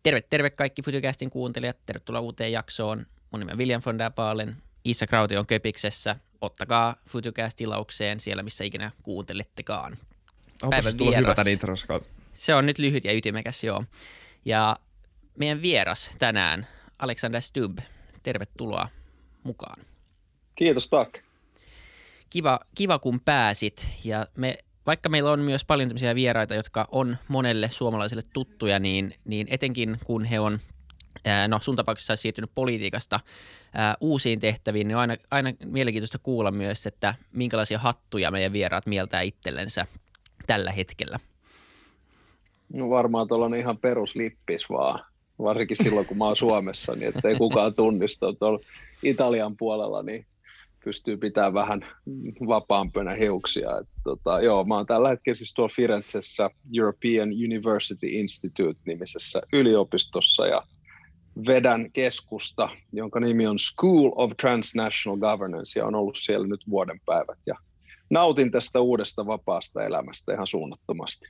Terve kaikki Futucastin kuuntelijat. Tervetuloa uuteen jaksoon. Mun nimi on William von der Baalen. Issa Krauti on Köpiksessä. Ottakaa Futucast tilaukseen siellä, missä ikinä kuuntelettekaan. Onko se tullut hyvä tämän intros kautta? Se on nyt lyhyt ja ytimekäs, joo. Ja meidän vieras tänään, Alexander Stubb. Tervetuloa mukaan. Kiitos, tack. Kiva kun pääsit. Ja vaikka meillä on myös paljon tämmöisiä vieraita, jotka on monelle suomalaiselle tuttuja, niin etenkin kun he on, sun tapauksessa siirtynyt politiikasta uusiin tehtäviin, niin on aina mielenkiintoista kuulla myös, että minkälaisia hattuja meidän vieraat mieltää itsellensä tällä hetkellä. No varmaan tuollainen ihan peruslippis vaan, varsinkin silloin kun mä oon Suomessa, niin ettei kukaan tunnista. Tuolla Italian puolella niin pystyy pitämään vähän vapaampana hiuksia. Joo, mä oon tällä hetkellä siis tuolla Firenzessä European University Institute-nimisessä yliopistossa ja vedän keskusta, jonka nimi on School of Transnational Governance ja on ollut siellä nyt vuoden päivät ja nautin tästä uudesta vapaasta elämästä ihan suunnattomasti.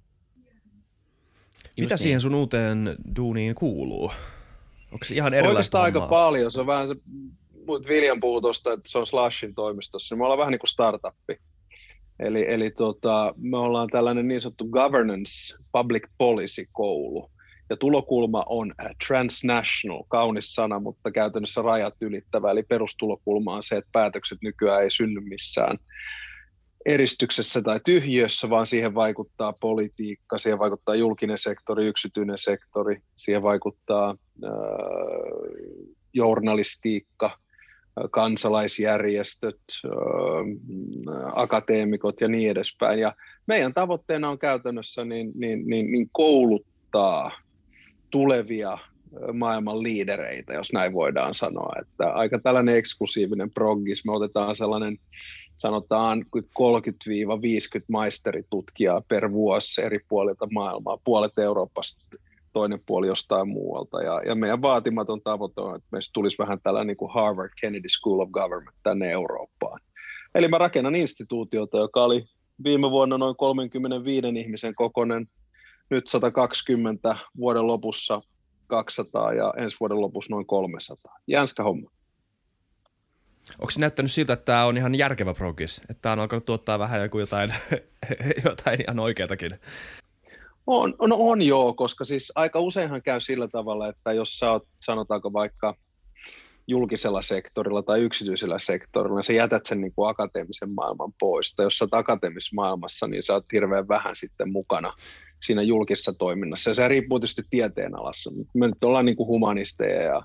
Mitä siihen sun uuteen duuniin kuuluu? Onko se ihan erilaista oikeastaan aika paljon. Se on vähän se, William puhui tuosta, että se on Slashin toimistossa, niin me ollaan vähän niin kuin startuppi. Eli me ollaan tällainen niin sanottu governance public policy koulu. Ja tulokulma on transnational, kaunis sana, mutta käytännössä rajat ylittävä. Eli perustulokulma on se, että päätökset nykyään ei synny missään eristyksessä tai tyhjiössä, vaan siihen vaikuttaa politiikka, siihen vaikuttaa julkinen sektori, yksityinen sektori, siihen vaikuttaa journalistiikka, kansalaisjärjestöt, akateemikot ja niin edespäin. Ja meidän tavoitteena on käytännössä niin kouluttaa tulevia maailman liidereitä, jos näin voidaan sanoa. Että aika tällainen eksklusiivinen proggis. Me otetaan sellainen, sanotaan 30-50 maisteritutkijaa per vuosi eri puolilta maailmaa, puolet Euroopasta, toinen puoli jostain muualta. Ja meidän vaatimaton tavoite on, että meistä tulisi vähän tällainen niin kuin Harvard Kennedy School of Government tänne Eurooppaan. Eli mä rakennan instituutiota, joka oli viime vuonna noin 35 ihmisen kokoinen, nyt 120, vuoden lopussa 200 ja ensi vuoden lopussa noin 300. Jänskä homma. Onko se näyttänyt siltä, että tämä on ihan järkevä progress? Että tämä on alkanut tuottaa vähän jotain ihan oikeatakin? On joo, koska siis aika useinhan käy sillä tavalla, että jos sä oot, sanotaanko vaikka julkisella sektorilla tai yksityisellä sektorilla, niin sä jätät sen niin kuin akateemisen maailman pois. Tai jos sä oot akateemisessa maailmassa, niin sä oot hirveän vähän sitten mukana siinä julkisessa toiminnassa. Ja se riippuu tietysti tieteenalassa. Me nyt ollaan niin kuin humanisteja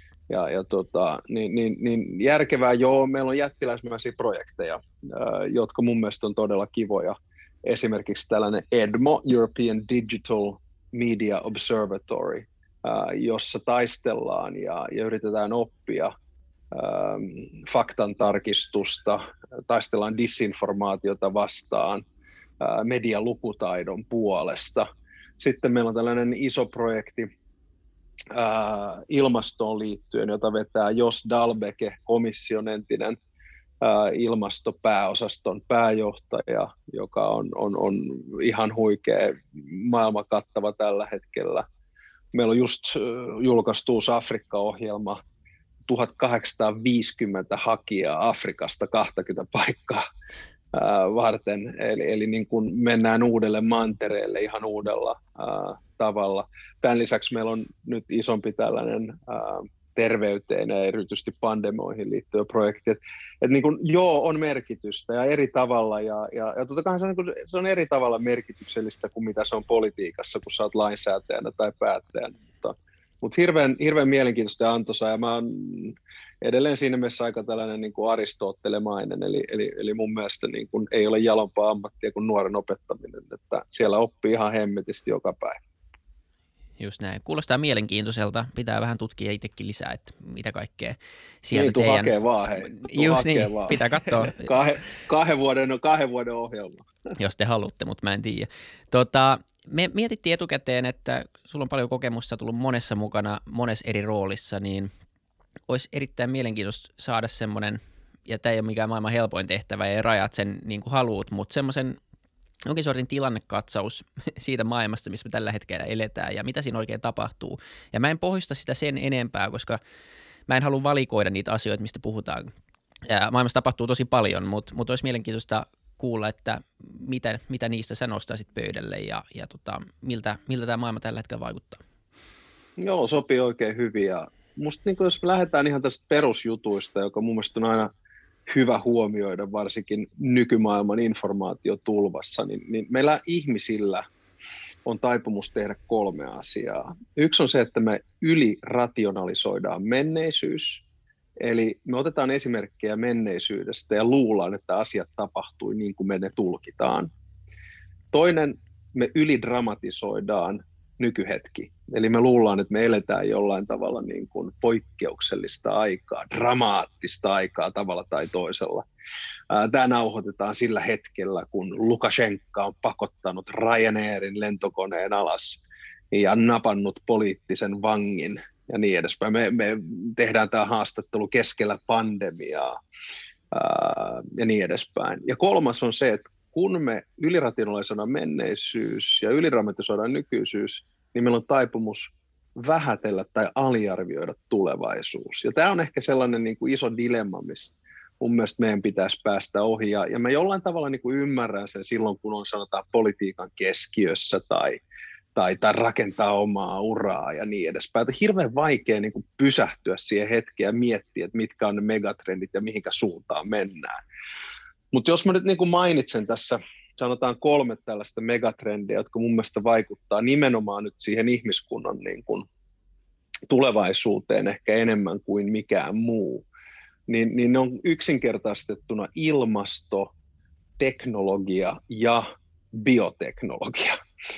niin järkevää joo, meillä on jättiläismäisiä projekteja, jotka mun mielestä on todella kivoja. Esimerkiksi tällainen EDMO, European Digital Media Observatory, jossa taistellaan ja yritetään oppia faktan tarkistusta, taistellaan disinformaatiota vastaan median lukutaidon puolesta. Sitten meillä on tällainen iso projekti ilmastoon liittyen, jota vetää Jos Dalbeke, komission entinen ilmastopääosaston pääjohtaja, joka on ihan huikea, maailmankattava tällä hetkellä. Meillä on just julkaistu uusi Afrikka-ohjelma, 1850 hakijaa Afrikasta 20 paikkaa varten, eli niin kuin mennään uudelle mantereelle ihan uudella tavalla. Tämän lisäksi meillä on nyt isompi tällainen terveyteen ja erityisesti pandemioihin liittyvä projekti. Että niin kuin, joo, on merkitystä ja eri tavalla, ja totta kai se on eri tavalla merkityksellistä kuin mitä se on politiikassa, kun sä oot lainsäätäjänä tai päättäjänä. Mutta hirveän mielenkiintoista ja antoisaa, ja mä oon edelleen siinä mielessä aika tällainen niin kuin aristoottelemainen, eli mun mielestä niin kuin ei ole jalompaa ammattia kuin nuoren opettaminen, että siellä oppii ihan hemmetisti joka päivä. Just näin. Kuulostaa mielenkiintoiselta. Pitää vähän tutkia itsekin lisää, että mitä kaikkea sieltä niin, teidän... hakee vaan, hei. Just niin, vaan. Pitää katsoa. kahden vuoden ohjelma. Jos te haluatte, mutta mä en tiedä. Me mietittiin etukäteen, että sulla on paljon kokemusta, tullut monessa mukana, monessa eri roolissa, niin olisi erittäin mielenkiintoista saada semmoinen, ja tämä ei ole mikään maailman helpoin tehtävä, ja rajat sen niin kuin haluut, mutta semmoisen jonkin sortin tilannekatsaus siitä maailmasta, missä me tällä hetkellä eletään ja mitä siinä oikein tapahtuu. Ja mä en pohjusta sitä sen enempää, koska mä en halua valikoida niitä asioita, mistä puhutaan. Maailmassa tapahtuu tosi paljon, mutta olisi mielenkiintoista kuulla, että mitä niistä sä nostaisit pöydälle ja miltä tämä maailma tällä hetkellä vaikuttaa. Joo, sopii oikein hyvin. Ja musta niin jos me lähdetään ihan tästä perusjutuista, joka mun mielestä on aina hyvä huomioida, varsinkin nykymaailman informaatiotulvassa, niin meillä ihmisillä on taipumus tehdä 3 asiaa. Yksi on se, että me ylirationalisoidaan menneisyys, eli me otetaan esimerkkejä menneisyydestä ja luullaan, että asiat tapahtui niin kuin me ne tulkitaan. Toinen, me ylidramatisoidaan nykyhetki. Eli me luullaan, että me eletään jollain tavalla niin kuin poikkeuksellista aikaa, dramaattista aikaa tavalla tai toisella. Tämä nauhoitetaan sillä hetkellä, kun Lukashenka on pakottanut Ryanairin lentokoneen alas ja napannut poliittisen vangin ja niin edespäin. Me tehdään tämä haastattelu keskellä pandemiaa ja niin edespäin. Ja kolmas on se, että kun me ylirationalisoidaan menneisyys ja ylidramatisoidaan nykyisyys, niin meillä on taipumus vähätellä tai aliarvioida tulevaisuus. Ja tämä on ehkä sellainen niin kuin iso dilemma, mistä mun mielestä meidän pitäisi päästä ohi. Ja mä jollain tavalla niin kuin ymmärrän sen silloin, kun on sanotaan politiikan keskiössä tai rakentaa omaa uraa ja niin edespäin. Että hirveän vaikea niin kuin pysähtyä siihen hetkeen ja miettiä, että mitkä on ne megatrendit ja mihinkä suuntaan mennään. Mutta jos mä nyt niin kuin mainitsen tässä, sanotaan 3 tällaista megatrendiä, jotka mun mielestä vaikuttaa nimenomaan nyt siihen ihmiskunnan niin kuin tulevaisuuteen ehkä enemmän kuin mikään muu, niin ne on yksinkertaistettuna ilmasto, teknologia ja bioteknologia.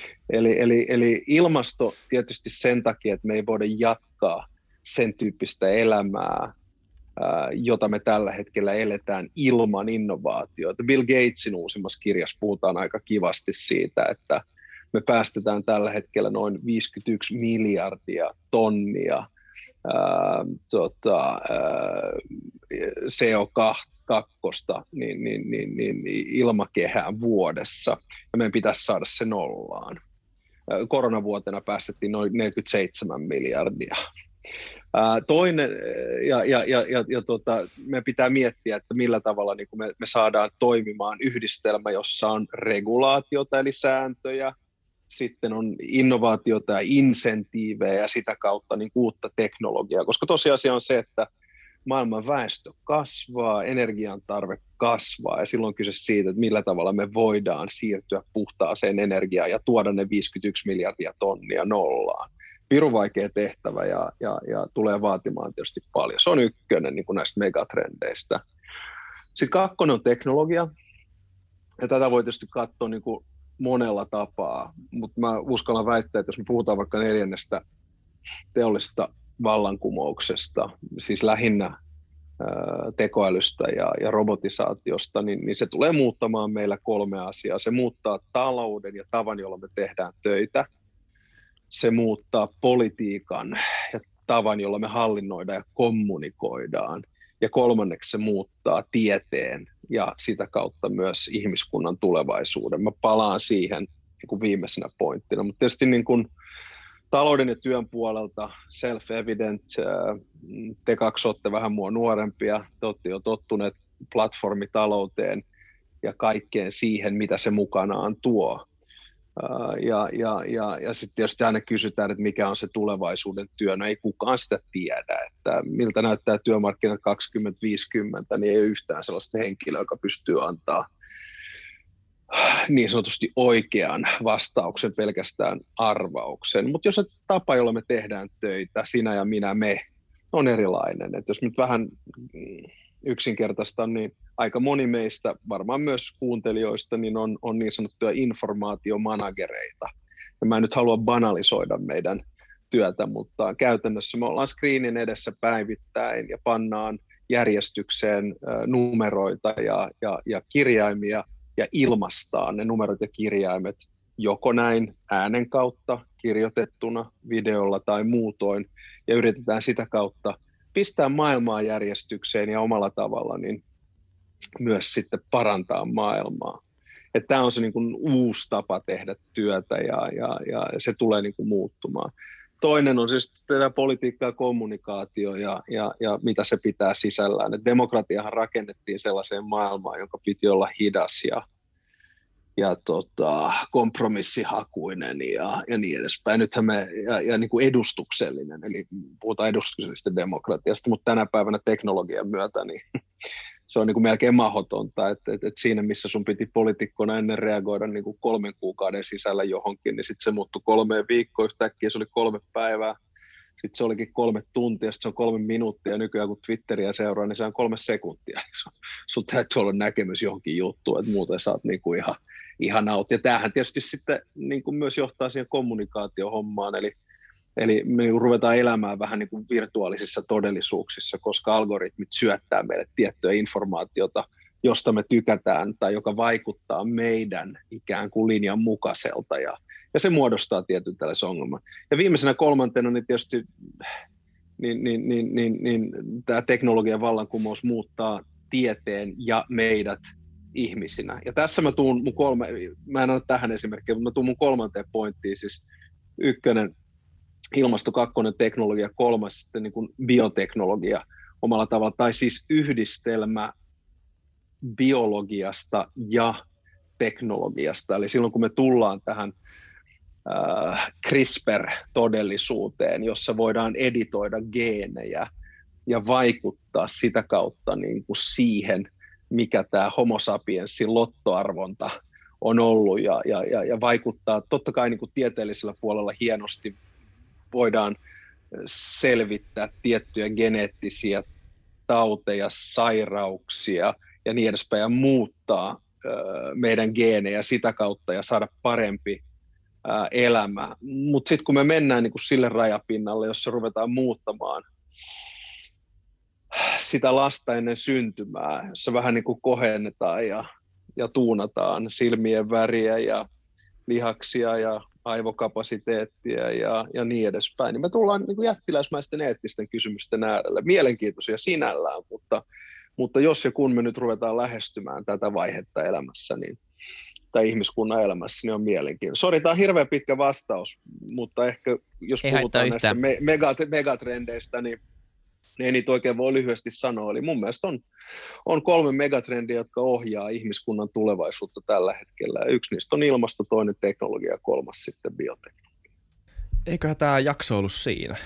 Eli ilmasto tietysti sen takia, että me ei voida jatkaa sen tyyppistä elämää, jota me tällä hetkellä eletään ilman innovaatioita. Bill Gatesin uusimmassa kirjassa puhutaan aika kivasti siitä, että me päästetään tällä hetkellä noin 51 miljardia tonnia CO2 ilmakehään vuodessa, ja meidän pitäisi saada se nollaan. Koronavuotena päästettiin noin 47 miljardia. Toinen, me pitää miettiä, että millä tavalla niin kuin me saadaan toimimaan yhdistelmä, jossa on regulaatiota eli sääntöjä, sitten on innovaatiota ja insentiivejä ja sitä kautta niin uutta teknologiaa, koska tosiasia on se, että maailman väestö kasvaa, energian tarve kasvaa ja silloin on kyse siitä, että millä tavalla me voidaan siirtyä puhtaaseen energiaan ja tuoda ne 51 miljardia tonnia nollaan. Pirun vaikea tehtävä ja tulee vaatimaan tietysti paljon. Se on ykkönen niin kuin näistä megatrendeistä. Sitten 2 on teknologia, ja tätä voi tietysti katsoa niin kuin monella tapaa, mutta mä uskallan väittää, että jos me puhutaan vaikka 4. teollisesta vallankumouksesta, siis lähinnä tekoälystä ja robotisaatiosta, niin se tulee muuttamaan meillä 3 asiaa. Se muuttaa talouden ja tavan, jolla me tehdään töitä. Se muuttaa politiikan ja tavan, jolla me hallinnoidaan ja kommunikoidaan. Ja 3. se muuttaa tieteen ja sitä kautta myös ihmiskunnan tulevaisuuden. Mä palaan siihen niin kuin viimeisenä pointtina, mutta tietysti niin kuin talouden ja työn puolelta self-evident, te 2 olette vähän mua nuorempia, te olette jo tottuneet platformitalouteen ja kaikkeen siihen, mitä se mukanaan tuo. Ja sitten tietysti aina kysytään, että mikä on se tulevaisuuden työ. No ei kukaan sitä tiedä, että miltä näyttää työmarkkinat 2050, niin ei ole yhtään sellaista henkilöä, joka pystyy antaa niin sanotusti oikean vastauksen, pelkästään arvauksen. Mutta jos se tapa, jolla me tehdään töitä, sinä ja minä, me, on erilainen. Et jos nyt vähän yksinkertaista, niin aika moni meistä, varmaan myös kuuntelijoista, niin on niin sanottuja informaatiomanagereita. Ja mä en nyt halua banalisoida meidän työtä, mutta käytännössä me ollaan screenin edessä päivittäin ja pannaan järjestykseen numeroita ja kirjaimia ja ilmastaan ne numerot ja kirjaimet joko näin äänen kautta, kirjoitettuna, videolla tai muutoin, ja yritetään sitä kautta pistää maailmaa järjestykseen ja omalla tavalla niin myös sitten parantaa maailmaa. että tämä on se niin kuin uusi tapa tehdä työtä ja se tulee niin kuin muuttumaan. Toinen on siis tätä politiikkaa ja kommunikaatio ja mitä se pitää sisällään. Et demokratiahan rakennettiin sellaiseen maailmaan, jonka piti olla hidas ja kompromissihakuinen ja niin edespäin. Nythän ja niin kuin edustuksellinen, eli puhutaan edustuksellisesta demokratiasta, mutta tänä päivänä teknologian myötä niin se on niin kuin melkein mahdotonta, että siinä missä sun piti poliitikkona ennen reagoida niin kuin 3 kuukauden sisällä johonkin, niin sitten se muuttui 3 viikkoa, yhtäkkiä se oli 3 päivää, sitten se olikin 3 tuntia, sitten se on 3 minuuttia, ja nykyään kun Twitteriä seuraa, niin se on 3 sekuntia. Sun täytyy olla näkemys johonkin juttuun, että muuten saat niin kuin ihan out. Ja tämähän tietysti sitten niin kuin myös johtaa siihen kommunikaatiohommaan, eli me ruvetaan elämään vähän niin kuin virtuaalisissa todellisuuksissa, koska algoritmit syöttää meille tiettyä informaatiota, josta me tykätään tai joka vaikuttaa meidän ikään kuin linjan mukaiselta ja se muodostaa tietyn tällaisen ongelman. Ja viimeisenä 3. niin tietysti tämä teknologian vallankumous muuttaa tieteen ja meidät ihmisinä. Ja tässä mä tuun mä en anna tähän esimerkkiä, mutta mä tuun mun 3. pointtiin, siis 1 ilmasto, 2 teknologia, 3 sitten niin kuin bioteknologia omalla tavalla, tai siis yhdistelmä biologiasta ja teknologiasta. Eli silloin kun me tullaan tähän CRISPR-todellisuuteen, jossa voidaan editoida geenejä ja vaikuttaa sitä kautta niin kuin siihen, mikä tämä homo sapiensin lottoarvonta on ollut ja vaikuttaa totta kai niin kuin tieteellisellä puolella hienosti voidaan selvittää tiettyjä geneettisiä tauteja, sairauksia ja niin edespäin ja muuttaa meidän geenejä sitä kautta ja saada parempi elämä. Mutta sitten kun me mennään niin kuin sille rajapinnalle, jossa ruvetaan muuttamaan sitä lasta ennen syntymää, jossa vähän niin kuin kohennetaan ja tuunataan silmien väriä ja lihaksia ja aivokapasiteettia ja niin edespäin, niin me tullaan niin kuin jättiläismäisten eettisten kysymysten äärelle. Mielenkiintoisia sinällään, mutta jos ja kun me nyt ruvetaan lähestymään tätä vaihetta elämässä, tai ihmiskunnan elämässä, niin on mielenkiintoista. Sori, tämä on hirveän pitkä vastaus, mutta ehkä jos puhutaan näistä megatrendeistä, niin ei niitä oikein voi lyhyesti sanoa. Eli mun mielestä on 3 megatrendiä, jotka ohjaa ihmiskunnan tulevaisuutta tällä hetkellä. Ja 1 niistä on ilmasto, 2 teknologia ja 3 sitten bioteknologia. Eiköhän tämä jakso ollut siinä.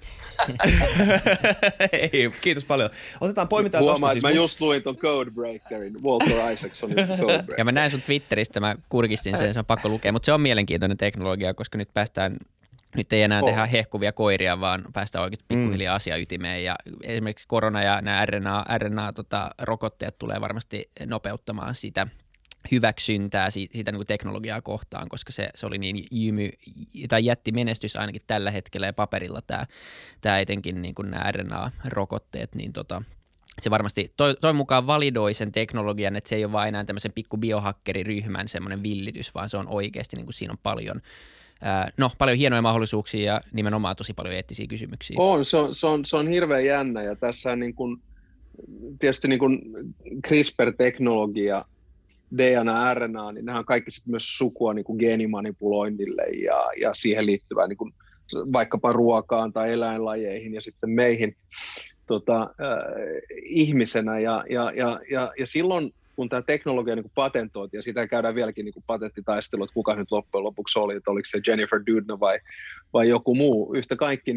Ei, kiitos paljon. Poimitaan tuosta. Siis mä just luin ton Codebreakerin, Walter Isaacsonin Codebreaker. Ja mä näin sun Twitteristä, mä kurkistin sen, se on pakko lukea, mutta se on mielenkiintoinen teknologia, koska nyt ei enää tehdä hehkuvia koiria, vaan päästään oikeasti pikkuhiljaa asiaytimeen. Ja esimerkiksi korona ja nämä RNA-rokotteet tulee varmasti nopeuttamaan sitä hyväksyntää sitä niin kuin teknologiaa kohtaan, koska se oli niin jätti menestys ainakin tällä hetkellä ja paperilla tämä etenkin niin kuin nämä RNA-rokotteet, niin se varmasti toi mukaan validoi sen teknologian, että se ei ole vain enää tämmöisen pikku biohakkeriryhmän semmoinen villitys, vaan se on oikeasti, niin kuin siinä on paljon hienoja mahdollisuuksia ja nimenomaan tosi paljon eettisiä kysymyksiä. Se on hirveän jännä ja tässä niin kuin, tietysti niin kuin CRISPR-teknologia, DNA, RNA, niin nämä on kaikki sitten myös sukua niin kuin geenimanipuloinnille ja siihen liittyvää niin kuin vaikkapa ruokaan tai eläinlajeihin ja sitten meihin ihmisenä ja silloin kun tämä teknologia niin kuin patentoitiin, ja sitä käydään vieläkin niin kuin patenttitaistelua, että kuka nyt loppujen lopuksi oli, että oliko se Jennifer Doudna vai joku muu, yhtä kaikki,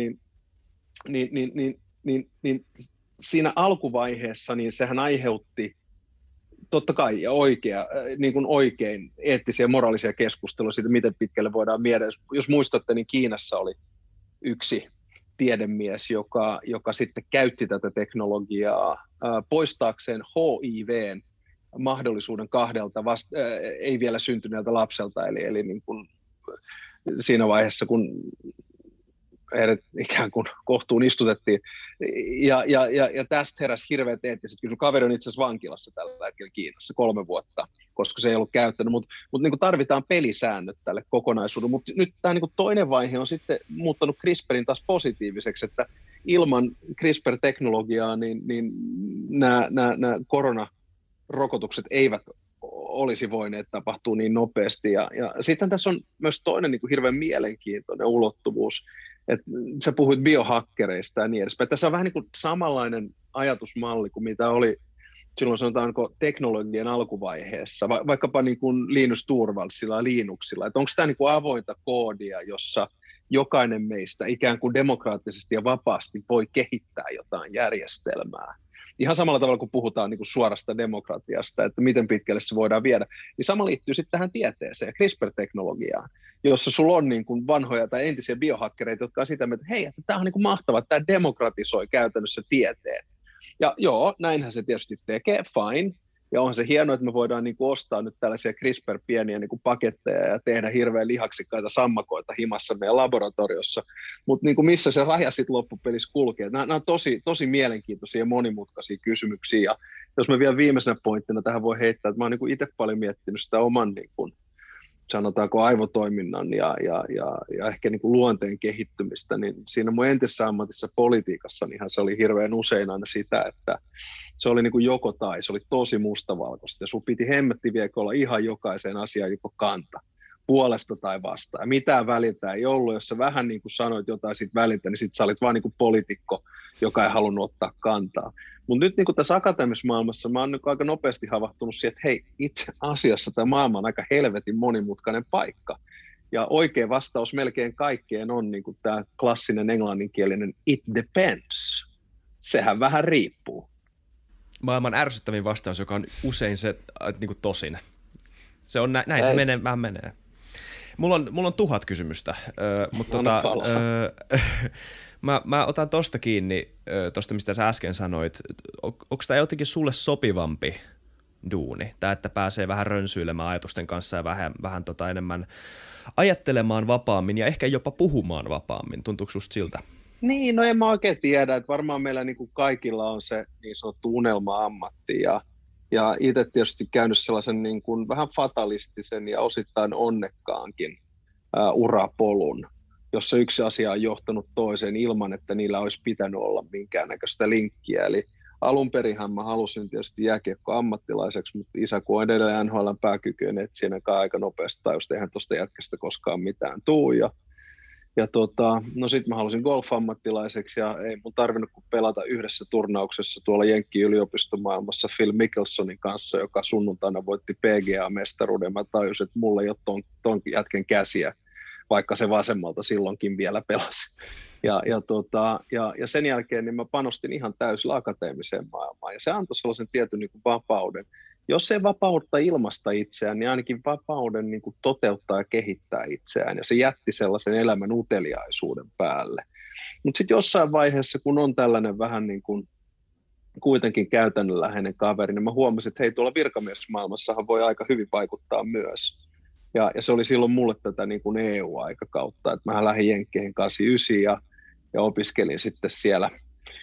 niin siinä alkuvaiheessa niin sehän aiheutti totta kai ja niin kuin oikein eettisiä ja moraalisia keskusteluja siitä, miten pitkälle voidaan viedä. Jos muistatte, niin Kiinassa oli yksi tiedemies, joka sitten käytti tätä teknologiaa poistaakseen HIV:n mahdollisuuden 2 ei vielä syntyneeltä lapselta, eli niin kuin siinä vaiheessa, kun heidät ikään kuin kohtuun istutettiin. Ja tästä heräsi hirveät eettiset kysymykset. Kaveri on itse asiassa vankilassa tällä hetkellä Kiinassa 3 vuotta, koska se ei ollut käyttänyt, mutta niin kuin tarvitaan pelisäännöt tälle kokonaisuudelle. Mutta nyt tämä niin kuin toinen vaihe on sitten muuttanut CRISPRin taas positiiviseksi, että ilman CRISPR-teknologiaa niin nämä koronarokotukset eivät olisi voineet tapahtua niin nopeasti. Ja sitten tässä on myös toinen niin kuin hirveän mielenkiintoinen ulottuvuus, että sä puhuit biohakkereista ja niin edespäin. Tässä on vähän niin kuin samanlainen ajatusmalli kuin mitä oli silloin sanotaanko teknologian alkuvaiheessa, vaikkapa niin kuin Linus Torvaldsilla ja Linuxilla, että onko tämä niin kuin avointa koodia, jossa jokainen meistä ikään kuin demokraattisesti ja vapaasti voi kehittää jotain järjestelmää. Ihan samalla tavalla kuin puhutaan niin kuin suorasta demokratiasta, että miten pitkälle se voidaan viedä, niin sama liittyy sitten tähän tieteeseen, CRISPR-teknologiaan, jossa sulla on niin kuin vanhoja tai entisiä biohakkereita, jotka on sitä mieltä, että hei, että tämä on niin kuin mahtavaa, että tämä demokratisoi käytännössä tieteen. Ja joo, näinhän se tietysti tekee, fine. Ja onhan se hienoa, että me voidaan niin kuin ostaa nyt tällaisia CRISPR-pieniä niin kuin paketteja ja tehdä hirveän lihaksikkaita sammakoita himassa meidän laboratoriossa. Mutta niin kuin missä se raja sitten loppupelissä kulkee? Nämä on tosi mielenkiintoisia ja monimutkaisia kysymyksiä. Ja jos mä vielä viimeisenä pointtina tähän voi heittää, että mä oon niin kuin itse paljon miettinyt sitä oman niin kuin, sanotaanko aivotoiminnan ja ehkä niin kuin luonteen kehittymistä, niin siinä mun entisessä ammatissa politiikassa niinhän se oli hirveän usein aina sitä, että se oli niin kuin joko tai, se oli tosi mustavalkoista ja sun piti hemmettiviekö olla ihan jokaiseen asiaan joko kanta, puolesta tai vastaan. Ja mitään väliltä ei ollut, jos sä vähän niin kuin sanoit jotain siitä väliltä, niin sit sä olit vaan niin kuin poliitikko, joka ei halunnut ottaa kantaa. Mutta nyt niin kuin tässä akateemisessa maailmassa mä oon niin aika nopeasti havahtunut siihen, että hei, itse asiassa tämä maailma on aika helvetin monimutkainen paikka. Ja oikea vastaus melkein kaikkeen on niin kuin tämä klassinen englanninkielinen it depends. Sehän vähän riippuu. Maailman ärsyttävin vastaus, joka on usein se niin kuin tosin. Se on näin se menee, vähän menee. Mulla on 1000 kysymystä, mutta mä otan tosta kiinni, tosta mistä sä äsken sanoit. Onko tämä jotenkin sulle sopivampi duuni? Tämä, että pääsee vähän rönsyilemään ajatusten kanssa ja vähän enemmän ajattelemaan vapaammin ja ehkä jopa puhumaan vapaammin. Tuntuuko susta siltä? Niin, no en mä oikein tiedä, että varmaan meillä niin kuin kaikilla on se niin sanottu unelma-ammatti ja itse tietysti käynyt sellaisen niin kuin vähän fatalistisen ja osittain onnekkaankin urapolun, jossa yksi asia on johtanut toiseen ilman, että niillä olisi pitänyt olla minkäännäköistä linkkiä. Eli alun perinhän mä halusin tietysti jääkiekko-ammattilaiseksi, mutta isä kun on edelleen NHL:n pääkykyinen, että siinäkään aika nopeasti tajusti, eihän tuosta jätkästä koskaan mitään tuu. No sit mä halusin golf-ammattilaiseksi ja ei mun tarvinnut kuin pelata yhdessä turnauksessa tuolla Jenkki-yliopistomaailmassa Phil Mickelsonin kanssa, joka sunnuntaina voitti PGA-mestaruuden. Mä tajusin, että mulla ei ole ton jätken käsiä, vaikka se vasemmalta silloinkin vielä pelasi. Ja sen jälkeen niin mä panostin ihan täysillä akateemiseen maailmaan ja se antoi sellaisen tietyn niin kuin vapauden. Jos ei vapautta ilmaista itseään, niin ainakin vapauden niin kuin toteuttaa ja kehittää itseään, ja se jätti sellaisen elämän uteliaisuuden päälle. Mutta sitten jossain vaiheessa, kun on tällainen vähän niin kuin kuitenkin käytännönläheinen kaveri, niin mä huomasin, että hei, tuolla virkamiesmaailmassahan voi aika hyvin vaikuttaa myös. Ja se oli silloin mulle tätä niin kuin EU-aikakautta, että mä lähdin Jenkkeihin 89 ja opiskelin sitten siellä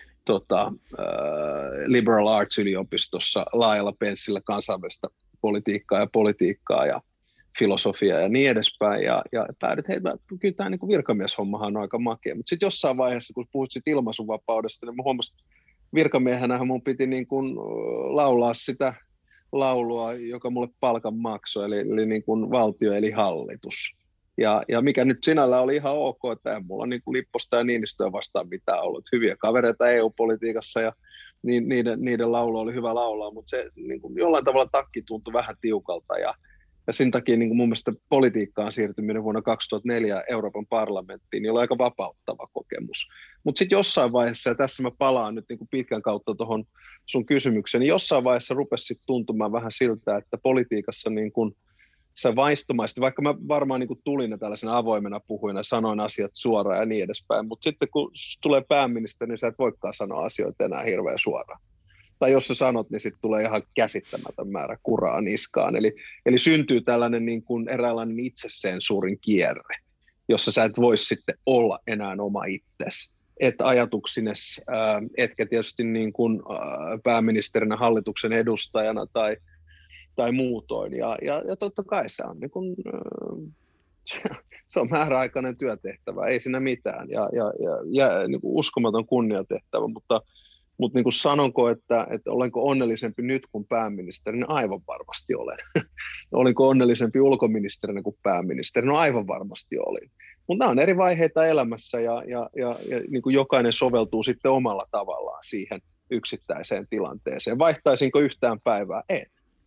liberal arts-yliopistossa laajalla penssillä kansainvälistä politiikkaa ja filosofiaa ja niin edespäin. Ja päädyt, että hei, kyllä tämä niin virkamieshommahan on aika makea. Mutta sitten jossain vaiheessa, kun puhut sit ilmaisuvapaudesta, niin mä huomasin, että virkamiehenähän mun piti niin kuin laulaa sitä laulua, joka mulle palkan maksoi, eli niin kuin valtio eli hallitus. Ja mikä nyt sinällä oli ihan ok, että ei mulla niin kuin Lipposta ja Niinistöä vastaan mitään ollut. Hyviä kavereita EU-politiikassa ja niiden laulu oli hyvä laulaa, mutta se niin kuin jollain tavalla takki tuntui vähän tiukalta. Ja sen takia niin kuin mun mielestä politiikkaan siirtyminen vuonna 2004 Euroopan parlamenttiin niin oli aika vapauttava kokemus. Mutta sitten jossain vaiheessa, ja tässä mä palaan nyt niin kuin pitkän kautta tuohon sun kysymykseen, niin jossain vaiheessa rupesi tuntumaan vähän siltä, että politiikassa niin kuin sä vaistomaisesti, vaikka mä varmaan niin kuin tulin tällaisena avoimena puhujana, sanoin asiat suoraan ja niin edespäin, mutta sitten kun tulee pääministeri, niin sä et voikaan sanoa asioita enää hirveän suoraan. Tai jos sä sanot, niin sitten tulee ihan käsittämätön määrä kuraa niskaan. Eli syntyy tällainen niin kuin eräänlainen itsesensuurin kierre, jossa sä et voi sitten olla enää oma itsesi. Et ajatuksines, etkä tietysti niin kuin pääministerinä, hallituksen edustajana tai muutoin. Ja totta kai se on, niin kuin, se on määräaikainen työtehtävä, ei siinä mitään. Ja niin kuin uskomaton kunniatehtävä, mutta Mutta niin kuin sanonko, että olenko onnellisempi nyt kuin pääministeri, niin aivan varmasti olen. Olinko onnellisempi ulkoministerinä kuin pääministeri, no aivan varmasti olin. Mutta nämä on eri vaiheita elämässä ja niin kuin jokainen soveltuu sitten omalla tavallaan siihen yksittäiseen tilanteeseen. Vaihtaisinko yhtään päivää? En.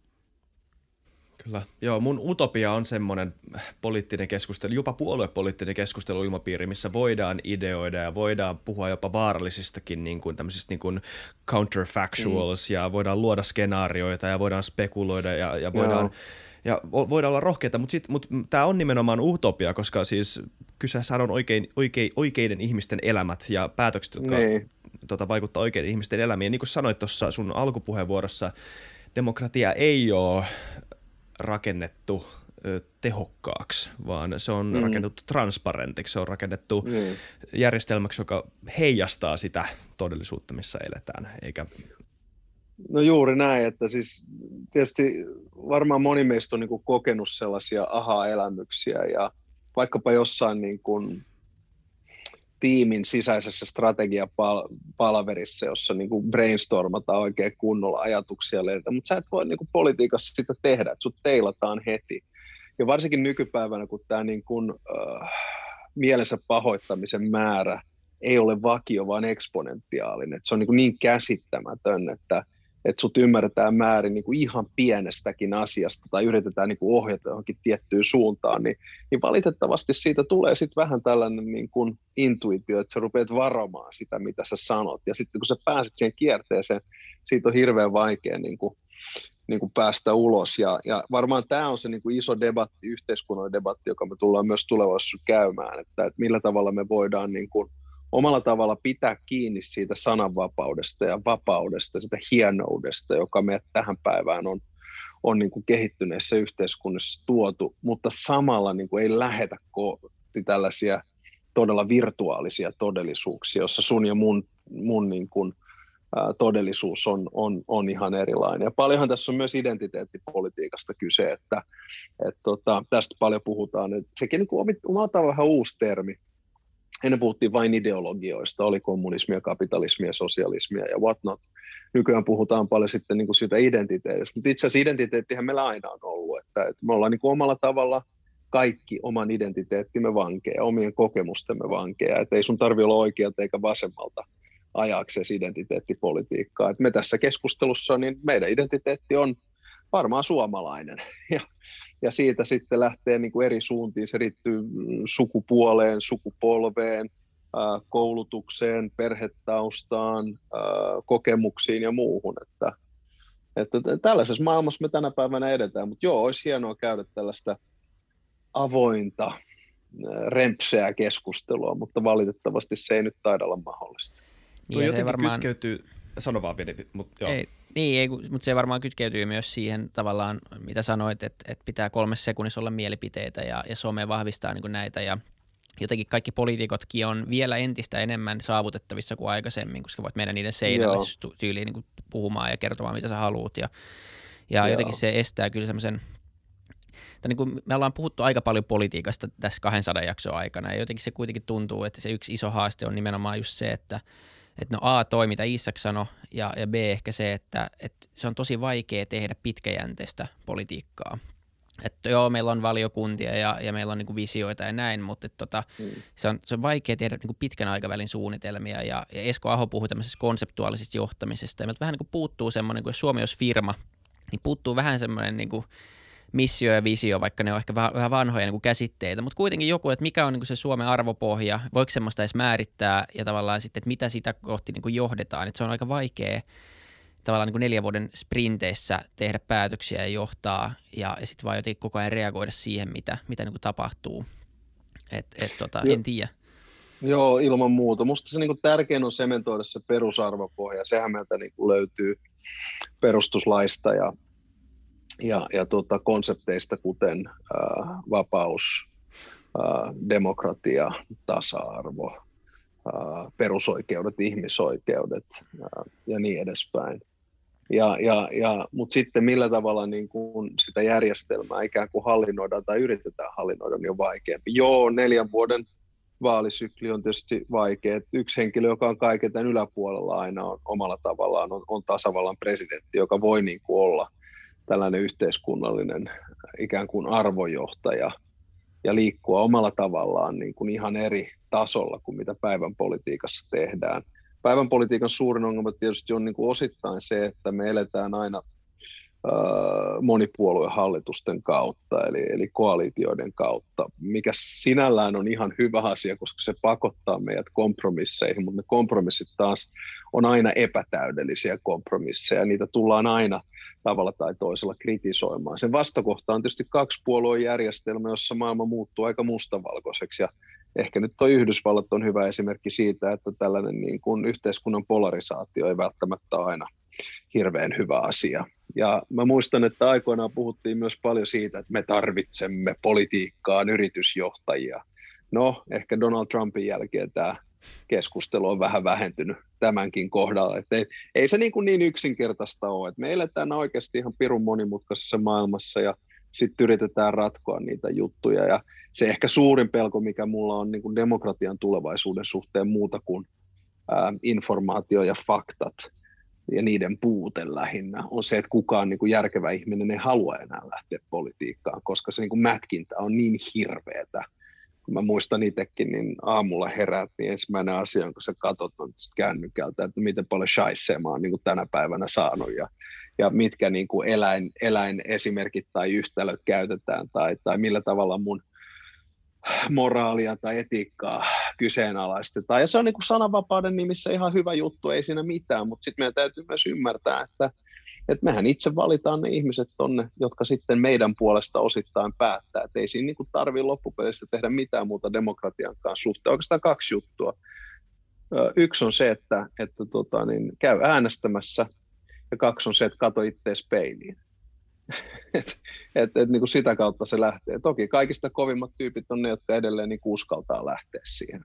Kyllä. Joo, mun utopia on semmoinen poliittinen keskustelu, jopa puoluepoliittinen keskustelu ilmapiiri, missä voidaan ideoida ja voidaan puhua jopa vaarallisistakin niin kuin tämmöisistä niin kuin counterfactuals ja voidaan luoda skenaarioita ja voidaan spekuloida ja voidaan olla rohkeita, mutta tämä on nimenomaan utopia, koska siis kyseessä on oikeiden ihmisten elämät ja päätökset, jotka vaikuttaa oikeiden ihmisten elämiin. Niin kuin sanoit tuossa sun alkupuheenvuorossa, demokratia ei ole rakennettu tehokkaaksi, vaan se on rakennettu transparentiksi, se on rakennettu järjestelmäksi, joka heijastaa sitä todellisuutta, missä eletään. No juuri näin, että siis tietysti varmaan moni meistä on niin kuin kokenut sellaisia aha-elämyksiä ja vaikkapa jossain niin kuin tiimin sisäisessä strategiapalverissa, jossa niin kuin brainstormataan oikein kunnolla ajatuksia leitä, mutta sä et voi niin kuin politiikassa sitä tehdä, että sut teilataan heti. Ja varsinkin nykypäivänä, kun tämä niin kuin, mielensä pahoittamisen määrä ei ole vakio, vaan eksponentiaalinen. Että se on niin käsittämätön, että sut ymmärretään määrin niin kuin ihan pienestäkin asiasta tai yritetään niin kuin ohjata johonkin tiettyyn suuntaan, niin valitettavasti siitä tulee sitten vähän tällainen niin kuin intuitio, että sä rupeat varomaan sitä, mitä sä sanot. Ja sitten kun sä pääset siihen kierteeseen, siitä on hirveän vaikea niin kuin päästä ulos. Ja varmaan tämä on se niin kuin iso debatti, yhteiskunnallinen debatti, joka me tullaan myös tulevaisuudessa käymään, että millä tavalla me voidaan niin kuin omalla tavalla pitää kiinni siitä sananvapaudesta ja vapaudesta, sitä hienoudesta, joka meidät tähän päivään on niin kuin kehittyneessä yhteiskunnassa tuotu, mutta samalla niin kuin ei lähetä kohti tällaisia todella virtuaalisia todellisuuksia, jossa sun ja mun niin kuin, todellisuus on ihan erilainen. Ja paljonhan tässä on myös identiteettipolitiikasta kyse, että tästä paljon puhutaan. Että sekin niin omalla tavalla vähän uusi termi. Ennen puhuttiin vain ideologioista, oli kommunismia, kapitalismia, sosialismia ja whatnot. Nykyään puhutaan paljon sitten niin kuin siitä identiteetistä, mutta itse asiassa identiteettihän meillä aina on ollut, että me ollaan niin kuin omalla tavalla kaikki oman identiteettimme vankeja, omien kokemustemme vankeja, että ei sun tarvitse olla oikealta eikä vasemmalta ajaksesi identiteettipolitiikkaa. Et me tässä keskustelussa, niin meidän identiteetti on varmaan suomalainen, ja siitä sitten lähtee niin kuin eri suuntiin. Se liittyy sukupuoleen, sukupolveen, koulutukseen, perhetaustaan, kokemuksiin ja muuhun. Että tällaisessa maailmassa me tänä päivänä edetään, mutta joo, olisi hienoa käydä tällaista avointa, rempseää keskustelua, mutta valitettavasti se ei nyt taida olla mahdollista. Tuo jotenkin varmaan kytkeytyy, sano vaan Vini, mutta joo. Mutta se varmaan kytkeytyy myös siihen tavallaan, mitä sanoit, että pitää 3 sekunnissa olla mielipiteitä ja some vahvistaa niin kuin näitä ja jotenkin kaikki poliitikotkin on vielä entistä enemmän saavutettavissa kuin aikaisemmin, koska voit mennä niiden seinälle tyyliin niin kuin puhumaan ja kertomaan, mitä sä haluat ja jotenkin se estää kyllä semmoisen. Niin kuin me ollaan puhuttu aika paljon politiikasta tässä 200 jaksoa aikana ja jotenkin se kuitenkin tuntuu, että se yksi iso haaste on nimenomaan just se, että no A, toi mitä Isak sanoi ja B ehkä se, että se on tosi vaikea tehdä pitkäjänteistä politiikkaa. Että joo, meillä on valiokuntia ja meillä on niin kuin visioita ja näin, mutta se on vaikea tehdä niin kuin pitkän aikavälin suunnitelmia ja Esko Aho puhui tämmöisestä konseptuaalisesta johtamisesta ja meiltä vähän niin kuin puuttuu semmoinen, kun jos Suomi olisi firma, niin puuttuu vähän semmoinen niin kuin missio ja visio, vaikka ne on ehkä vähän vanhoja niin kuin käsitteitä, mutta kuitenkin joku, että mikä on niin kuin se Suomen arvopohja, voiko semmoista edes määrittää ja tavallaan sitten, että mitä sitä kohti niin kuin johdetaan, että se on aika vaikea tavallaan niin kuin 4 vuoden sprinteissä tehdä päätöksiä ja johtaa ja sitten vaan jotenkin koko ajan reagoida siihen, mitä niin kuin tapahtuu, en tiedä. Joo, ilman muuta. Musta se niin kuin tärkein on sementoida se perusarvopohja, sehän meiltä niin kuin löytyy perustuslaista ja konsepteista, kuten vapaus, demokratia, tasa-arvo, perusoikeudet, ihmisoikeudet ja niin edespäin. Mutta sitten millä tavalla niin kun sitä järjestelmää ikään kuin hallinnoidaan tai yritetään hallinnoida, niin on vaikeampi. Joo, 4 vuoden vaalisykli on tietysti vaikea. Että yksi henkilö, joka on kaiken tämän yläpuolella aina on omalla tavallaan, on tasavallan presidentti, joka voi niin kuin olla tällainen yhteiskunnallinen ikään kuin arvojohtaja ja liikkua omalla tavallaan niin kuin ihan eri tasolla kuin mitä päivän politiikassa tehdään. Päivän politiikan suurin ongelma tietysti on niin kuin osittain se, että me eletään aina monipuoluehallitusten kautta, eli koalitioiden kautta, mikä sinällään on ihan hyvä asia, koska se pakottaa meidät kompromisseihin, mutta ne kompromissit taas on aina epätäydellisiä kompromisseja, niitä tullaan aina tavalla tai toisella kritisoimaan. Sen vastakohta on tietysti kaksipuoluejärjestelmä, jossa maailma muuttuu aika mustavalkoiseksi, ja ehkä nyt tuo Yhdysvallat on hyvä esimerkki siitä, että tällainen niin kuin yhteiskunnan polarisaatio ei välttämättä aina hirveän hyvä asia. Ja mä muistan, että aikoinaan puhuttiin myös paljon siitä, että me tarvitsemme politiikkaan yritysjohtajia. No, ehkä Donald Trumpin jälkeen tämä keskustelu on vähän vähentynyt tämänkin kohdalla. Että ei se niin yksinkertaista ole. Että me eletään oikeasti ihan pirun monimutkaisessa maailmassa ja sitten yritetään ratkoa niitä juttuja. Ja se ehkä suurin pelko, mikä mulla on niin kuin demokratian tulevaisuuden suhteen muuta kuin informaatio ja faktat, ja niiden puute lähinnä on se, että kukaan niin kuin järkevä ihminen ei halua enää lähteä politiikkaan, koska se niin kuin mätkintä on niin hirveätä. Kun mä muistan itsekin, niin aamulla heräät, niin ensimmäinen asia, kun sä katsot on kännykältä, että miten paljon shaisseja mä oon niin kuin tänä päivänä saanut ja mitkä niin kuin eläinesimerkit tai yhtälöt käytetään tai millä tavalla mun moraalia tai etiikkaa kyseenalaistetaan. Ja se on niin kuin sananvapauden nimissä ihan hyvä juttu, ei siinä mitään, mutta sitten meidän täytyy myös ymmärtää, että mehän itse valitaan ne ihmiset tonne, jotka sitten meidän puolesta osittain päättää. Et ei siinä niin kuin tarvitse loppupelissä tehdä mitään muuta demokratian kanssa suhteen. Oikeastaan kaksi juttua. Yksi on se, että käy äänestämässä, ja kaksi on se, että kato itseäsi peiliin. Niin kuin sitä kautta se lähtee. Toki kaikista kovimmat tyypit on ne, jotka edelleen niin uskaltaa lähteä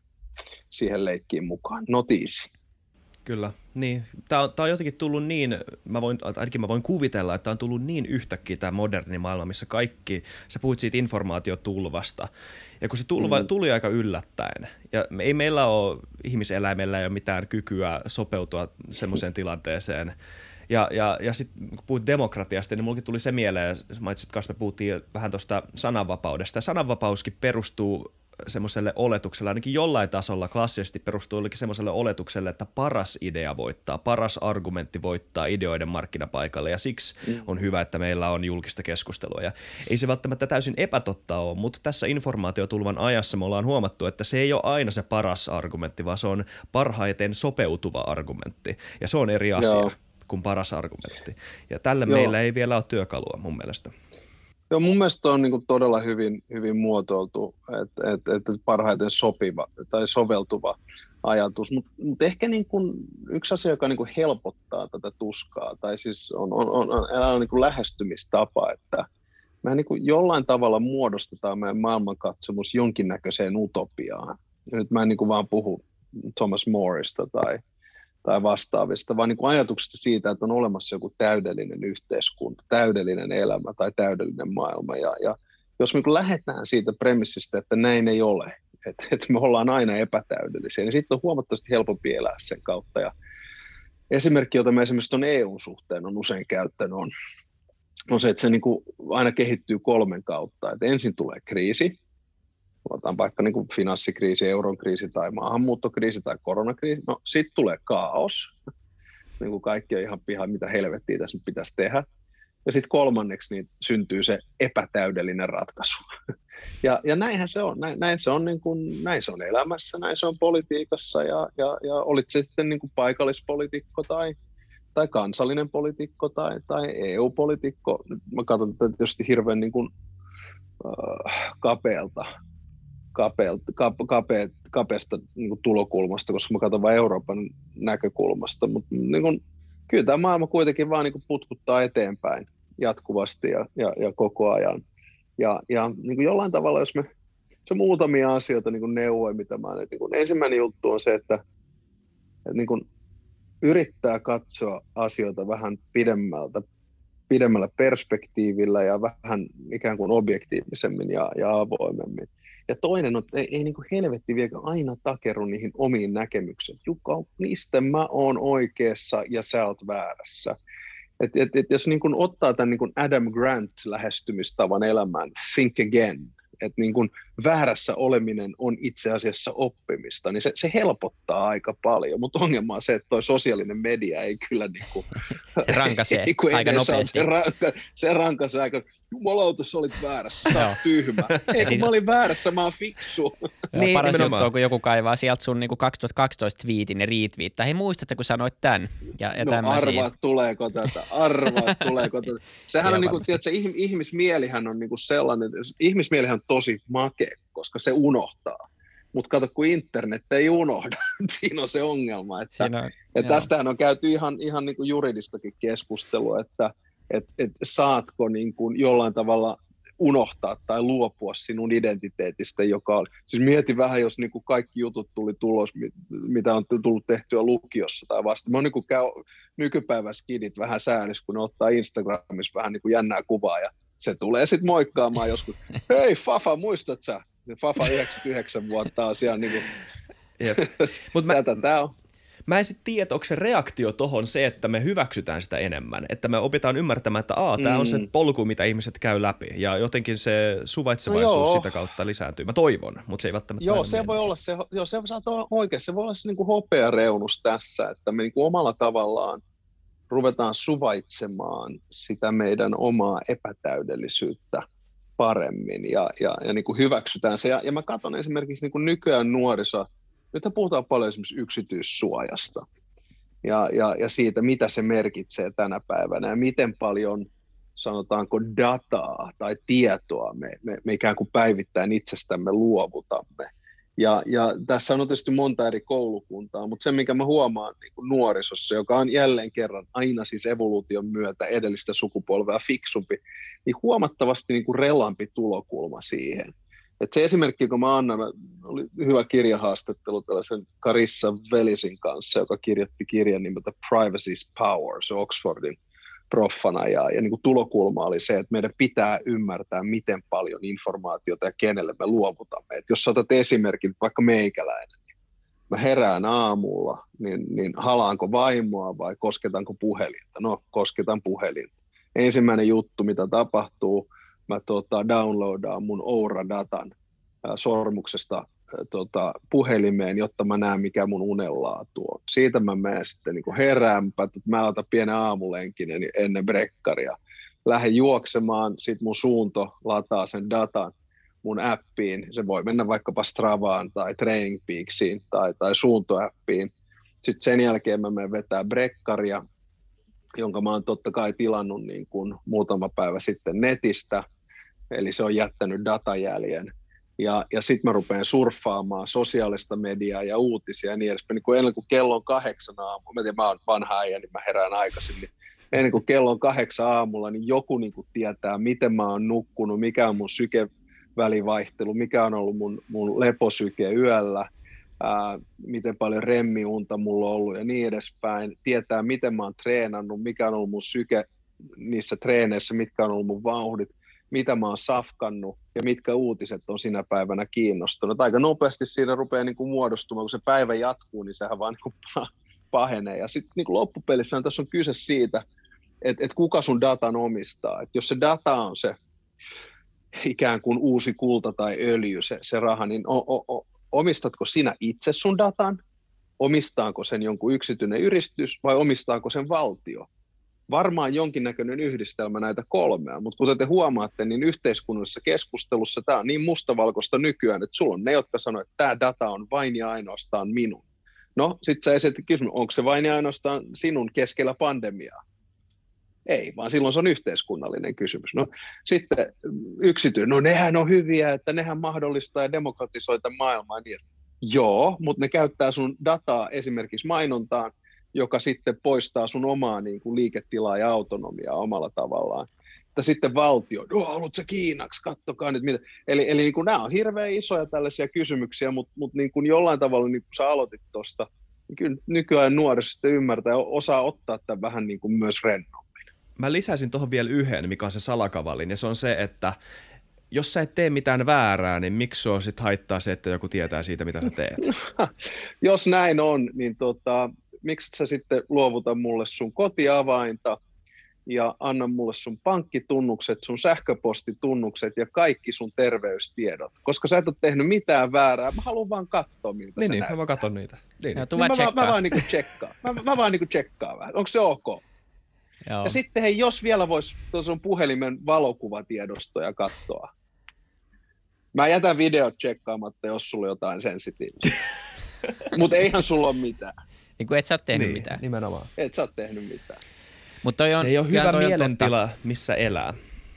siihen leikkiin mukaan. Not easy. Kyllä, niin. Tämä on jotenkin tullut niin, ainakin mä voin kuvitella, että tämä on tullut niin yhtäkkiä tämä moderni maailma, missä kaikki, sä puhuit siitä informaatiotulvasta, ja kun se tuli aika yllättäen, ja ei meillä ole, ihmiseläimellä ei ole mitään kykyä sopeutua semmoiseen tilanteeseen. Ja sitten kun puhut demokratiasta, niin mullekin tuli se mieleen, mainitsit kanssa, me puhuttiin vähän tuosta sananvapaudesta. Ja sananvapauskin perustuu semmoiselle oletukselle, ainakin jollain tasolla klassisesti perustuu semmoiselle oletukselle, että paras idea voittaa, paras argumentti voittaa ideoiden markkinapaikalle, ja siksi on hyvä, että meillä on julkista keskustelua. Ja ei se välttämättä täysin epätotta ole, mutta tässä informaatiotulvan ajassa me ollaan huomattu, että se ei ole aina se paras argumentti, vaan se on parhaiten sopeutuva argumentti, ja se on eri asia. Joo. Kuin paras argumentti. Ja tällä meillä ei vielä ole työkalua mun mielestä. Joo, mun mielestä on niin kuin todella hyvin muotoiltu, että parhaiten sopiva tai soveltuva ajatus. Mutta ehkä niin kuin yksi asia, joka niin kuin helpottaa tätä tuskaa, tai siis on niin kuin lähestymistapa, että mehän niin kuin jollain tavalla muodostetaan meidän maailmankatsomus jonkinnäköiseen utopiaan. Ja nyt mä en niin kuin vaan puhu Thomas Moreista tai vastaavista, vaan niin kuin ajatuksesta siitä, että on olemassa joku täydellinen yhteiskunta, täydellinen elämä tai täydellinen maailma. Ja jos me lähdetään siitä premissistä, että näin ei ole, että me ollaan aina epätäydellisiä, niin sitten on huomattavasti helpompi elää sen kautta. Ja esimerkki, jota mä esimerkiksi tuon EU-suhteen on usein käyttänyt, on se, että se niin kuin aina kehittyy 3 kautta. Että ensin tulee kriisi, otetaan vaikka niin kuin finanssikriisi, euron kriisi tai maahanmuuttokriisi tai koronakriisi. No sitten tulee kaos, niin kuin kaikki on ihan piha, mitä helvettiä tässä nyt pitäisi tehdä. Ja sitten kolmanneksi niin syntyy se epätäydellinen ratkaisu. Ja näinhän se on. Näin se on elämässä, näin se on politiikassa ja olit se sitten niin kuin paikallispoliitikko tai kansallinen poliitikko tai EU-poliitikko. Mä katson tätä tietysti hirveän niin kuin, kapeasta niin kuin tulokulmasta, koska mä katson vain Euroopan näkökulmasta, mutta niin kyllä tämä maailma kuitenkin vaan niin kuin putkuttaa eteenpäin jatkuvasti ja koko ajan. Ja niin kuin jollain tavalla, jos se muutamia asioita niin kuin neuvoin, mitä mä niin kuin ensimmäinen juttu on se, että niin kuin yrittää katsoa asioita vähän pidemmällä perspektiivillä ja vähän ikään kuin objektiivisemmin ja avoimemmin. Ja toinen on, että ei niin kuin helvetti viekö aina takeru niihin omiin näkemyksiin. Jukka, mistä mä oon oikeassa ja sä oot väärässä. Et jos niin kuin ottaa tämän niin kuin Adam Grant lähestymistavan elämään, think again, että niin kuin väärässä oleminen on itse asiassa oppimista, niin se helpottaa aika paljon, mutta ongelma on se, että toi sosiaalinen media ei kyllä niin kuin, se rankaisee aika nopeasti. Se rankaisee aika, jumalauta, sä olit väärässä, sä oot tyhmä. Ei, siis mä olin väärässä, mä oon fiksu. Niin, paras juttu on, kun joku kaivaa sieltä sun niin kuin 2012 tweetin ja retweettaa. Hei, muistatko, kun sanoit tämän? Ja no arvaat, tuleeko tätä. Sehän on, niin kuin, tiedätkö, ihmismielihän on niin kuin sellainen, ihmismielihän on tosi makea, koska se unohtaa. Mutta kato, kun internet ei unohda, siinä on se ongelma. Että tästähän on käyty ihan niin kuin juridistakin keskustelua, että saatko niin kuin jollain tavalla unohtaa tai luopua sinun identiteetistä, joka on, siis mieti vähän, jos niin kuin kaikki jutut tuli tulos, mitä on tullut tehtyä lukiossa tai vasta. Mä oon niin käy nykypäivän skidit vähän säännössä, kun ne ottaa Instagramissa vähän niin kuin jännää kuvaa ja se tulee sitten moikkaamaan joskus. Hei Fafa, muistat sä? Fafa 99 vuotta on siellä niin kuin, tätä tää on. Mä en sitten tiedä, onko se reaktio tohon se, että me hyväksytään sitä enemmän, että me opitaan ymmärtämään, että tämä on se polku, mitä ihmiset käy läpi, ja jotenkin se suvaitsevaisuus sitä kautta lisääntyy. Mä toivon, mutta se ei välttämättä Joo, se voi olla, se saattaa oikein, se voi olla se niin kuin hopeareunus tässä, että me niin kuin omalla tavallaan ruvetaan suvaitsemaan sitä meidän omaa epätäydellisyyttä paremmin, ja niin kuin hyväksytään se. Ja mä katson esimerkiksi niin kuin nykyään nuoriso, nyt puhutaan paljon esimerkiksi yksityissuojasta ja siitä, mitä se merkitsee tänä päivänä ja miten paljon, sanotaanko, dataa tai tietoa me ikään kuin päivittäin itsestämme luovutamme. Ja tässä on tietysti monta eri koulukuntaa, mutta se, mikä mä huomaan niin kuin nuorisossa, joka on jälleen kerran aina siis evoluution myötä edellistä sukupolvea fiksumpi, niin huomattavasti niin kuin relampi tulokulma siihen. Et se esimerkki, kun mä annan, oli hyvä kirjahaastattelu tällaisen Carissa Wellisin kanssa, joka kirjoitti kirjan nimeltä Privacy is Power, se Oxfordin proffana, ja niin kuin tulokulma oli se, että meidän pitää ymmärtää, miten paljon informaatiota ja kenelle me luovutamme. Et jos saatat esimerkin, vaikka meikäläinen, niin mä herään aamulla, niin halaanko vaimoa vai kosketanko puhelinta? No, kosketan puhelinta. Ensimmäinen juttu, mitä tapahtuu, mä downloadaan mun Oura-datan sormuksesta puhelimeen, jotta mä näen, mikä mun unenlaatu on. Siitä mä menen sitten niin herään, että mä otan pienen aamulenkin ennen brekkaria. Lähden juoksemaan, sit mun suunto lataa sen datan mun appiin. Se voi mennä vaikkapa Stravaan tai Training Peaksiin tai suuntoappiin. Sitten sen jälkeen mä menen vetää brekkaria, jonka mä oon totta kai tilannut niin kuin muutama päivä sitten netistä. Eli se on jättänyt datajäljen. Ja sitten mä rupean surffaamaan sosiaalista mediaa ja uutisia ja niin edespäin. Niin kuin ennen kuin kello on 8 aamulla, mä oon vanha äijä, niin mä herään aikaisin, niin ennen kuin kello on 8 aamulla, niin joku niin kuin tietää, miten mä oon nukkunut, mikä on mun sykevälivaihtelu, mikä on ollut mun leposyke yöllä, miten paljon remmiunta mulla on ollut ja niin edespäin. Tietää, miten mä oon treenannut, mikä on ollut mun syke niissä treeneissä, mitkä on ollut mun vauhdit, mitä mä oon safkannut ja mitkä uutiset on sinä päivänä kiinnostunut. Aika nopeasti siinä rupeaa niin kuin muodostumaan, kun se päivä jatkuu, niin sehän vaan niin kuin pahenee. Ja sitten niin kuin loppupelissä tässä on kyse siitä, että kuka sun datan omistaa. Et jos se data on se ikään kuin uusi kulta tai öljy, se raha, niin omistatko sinä itse sun datan? Omistaako sen jonkun yksityinen yritys vai omistaako sen valtio? Varmaan jonkinnäköinen yhdistelmä näitä kolmea, mutta kuten te huomaatte, niin yhteiskunnallisessa keskustelussa tämä on niin mustavalkoista nykyään, että sulla on ne, jotka sanoo, että tämä data on vain ja ainoastaan minun. No, sitten sä esitit kysymys, onko se vain ja ainoastaan sinun keskellä pandemiaa? Ei, vaan silloin se on yhteiskunnallinen kysymys. No, sitten yksityinen, no nehän on hyviä, että nehän mahdollistaa ja demokratisoi tämän maailmaa. Niin, joo, mutta ne käyttää sun dataa esimerkiksi mainontaan, joka sitten poistaa sun omaa niin kuin liiketilaa ja autonomiaa omalla tavallaan. Että sitten valtio, haluatko sä Kiinaksi, kattokaa nyt mitä. Eli niin kuin nämä on hirveän isoja tällaisia kysymyksiä, mutta niin kuin jollain tavalla, niin kuin sä aloitit tuosta, niin kyllä nykyään nuori sitten ymmärtää ja osaa ottaa tämän vähän niin kuin myös rennommin. Mä lisäisin tuohon vielä yhden, mikä on se salakavallin, ja se on se, että jos sä et tee mitään väärää, niin miksi sua sit haittaa se, että joku tietää siitä, mitä sä teet? Jos näin on, niin miksi sä sitten luovuta mulle sun kotiavainta ja anna mulle sun pankkitunnukset, sun sähköpostitunnukset ja kaikki sun terveystiedot, koska sä et ole tehnyt mitään väärää. Mä haluan vaan katsoa, miltä se näyttää. Mä vaan katon niitä. Mä vaan niinku tsekkaan. Mä vaan niinku tsekkaan vähän. Onko se ok? Joo. Ja sitten hei, jos vielä vois sun puhelimen valokuvatiedostoja katsoa. Mä jätän videot tsekkaamatta, jos sulla on jotain sensitiivistä. Mutta eihän sulla ole mitään. Niin kuin et sä ole tehnyt mitään. Nimenomaan. Et sä ole tehnyt mitään. Se ei ole hyvä mielentila, missä elää.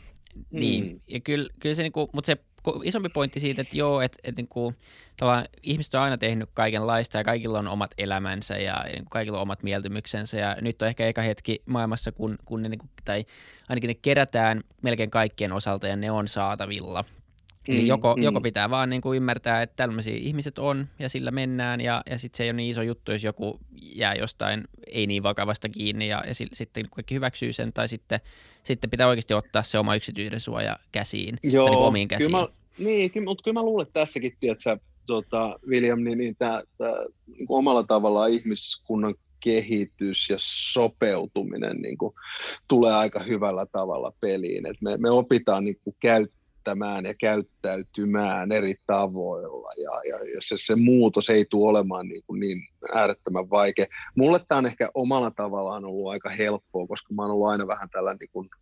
Niin, ja kyllä se niinku, mutta se isompi pointti siitä, että joo, että niinku, tavallaan ihmiset on aina tehnyt kaikenlaista ja kaikilla on omat elämänsä ja niinku kaikilla on omat mieltymyksensä ja nyt on ehkä eka hetki maailmassa, kun ne niinku, tai ainakin ne kerätään melkein kaikkien osalta ja ne on saatavilla. Eli joko pitää vaan niin kuin ymmärtää, että tällaisia ihmiset on ja sillä mennään ja sitten se ei ole niin iso juttu, jos joku jää jostain ei niin vakavasta kiinni ja sitten kaikki hyväksyy sen tai sitten pitää oikeasti ottaa se oma yksityinen suoja käsiin tai niin omiin käsiin. Mutta kyllä mä luulen, että tässäkin, tiedätkö, William, niin tämä niin omalla tavallaan ihmiskunnan kehitys ja sopeutuminen niin kuin, tulee aika hyvällä tavalla peliin. Et me opitaan niin kuin, käyttämään ja käyttäytymään eri tavoilla ja se muutos ei tule olemaan niin äärettömän vaikea. Mulle tämä on ehkä omalla tavallaan ollut aika helppoa, koska mä oon ollut aina vähän tällainen niin kuin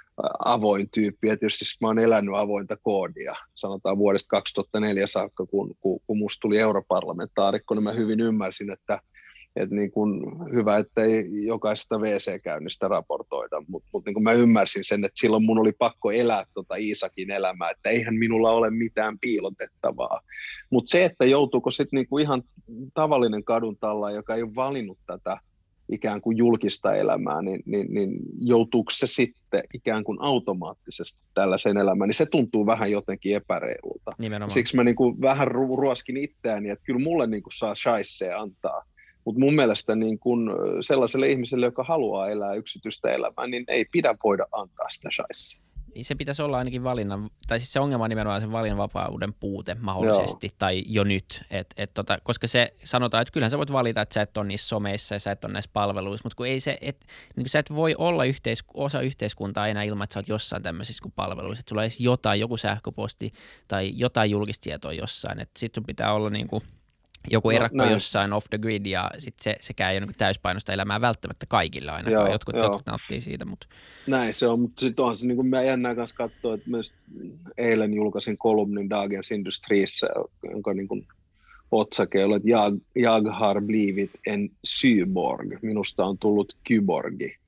avoin tyyppi, ja tietysti mä oon elänyt avointa koodia, sanotaan vuodesta 2004 saakka, kun musta tuli europarlamentaarikko, niin mä hyvin ymmärsin, että niin kuin hyvä, että ei jokaisesta WC-käynnistä raportoida, mutta niin mä ymmärsin sen, että silloin mun oli pakko elää Iisakin elämää, että eihän minulla ole mitään piilotettavaa. Mutta se, että joutuuko sitten niin kuin ihan tavallinen kadun talla, joka ei ole valinnut tätä ikään kuin julkista elämää, niin joutuuko se sitten ikään kuin automaattisesti tällaiseen elämään, niin se tuntuu vähän jotenkin epäreilulta. Nimenomaan. Siksi mä niin kuin vähän ruoskin itseäni, että kyllä mulle niin kuin saa shaisseja antaa. Mutta mun mielestä niin kun sellaiselle ihmiselle, joka haluaa elää yksityistä elämää, niin ei pidä voida antaa sitä shaissia. Se pitäisi olla ainakin valinnan, tai siis se ongelma on nimenomaan sen valinnanvapauden puute mahdollisesti, tai jo nyt. Koska se sanotaan, että kyllähän sä voit valita, että sä et ole niissä someissa ja sä et ole näissä palveluissa, mutta kun ei se, niin sä et voi olla osa yhteiskuntaa enää ilman, että sä oot jossain tämmöisissä kuin palveluissa, että sulla olisi joku sähköposti tai jotain julkista tietoa jossain, että sit sun pitää olla niin kuin joku erakko jossain off the grid ja sitten sekään ei ole niin täyspainosta elämää välttämättä kaikille ainakaan. Jotkut nauttii siitä. Mutta näin se on, mutta sitten onhan se, niin kuin mä jännää kanssa katsoa, että myös eilen julkaisin kolumnin Dagens Industriissa, jonka niin kuin otsake oli, että jag har blivit en cyborg, minusta on tullut kyborgi.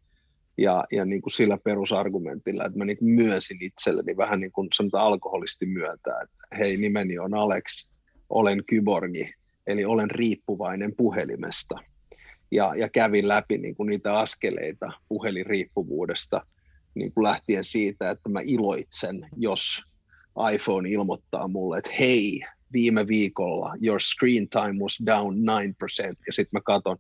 Ja niin kuin sillä perusargumentilla, että mä niin kuin myönsin itselleni vähän niin kuin sanotaan alkoholisti myöntää, että hei, nimeni on Alex, olen kyborgi. Eli olen riippuvainen puhelimesta ja kävin läpi niin kuin niitä askeleita puhelinriippuvuudesta niin kuin lähtien siitä, että mä iloitsen, jos iPhone ilmoittaa mulle, että hei, viime viikolla your screen time was down 9%, ja sitten mä katon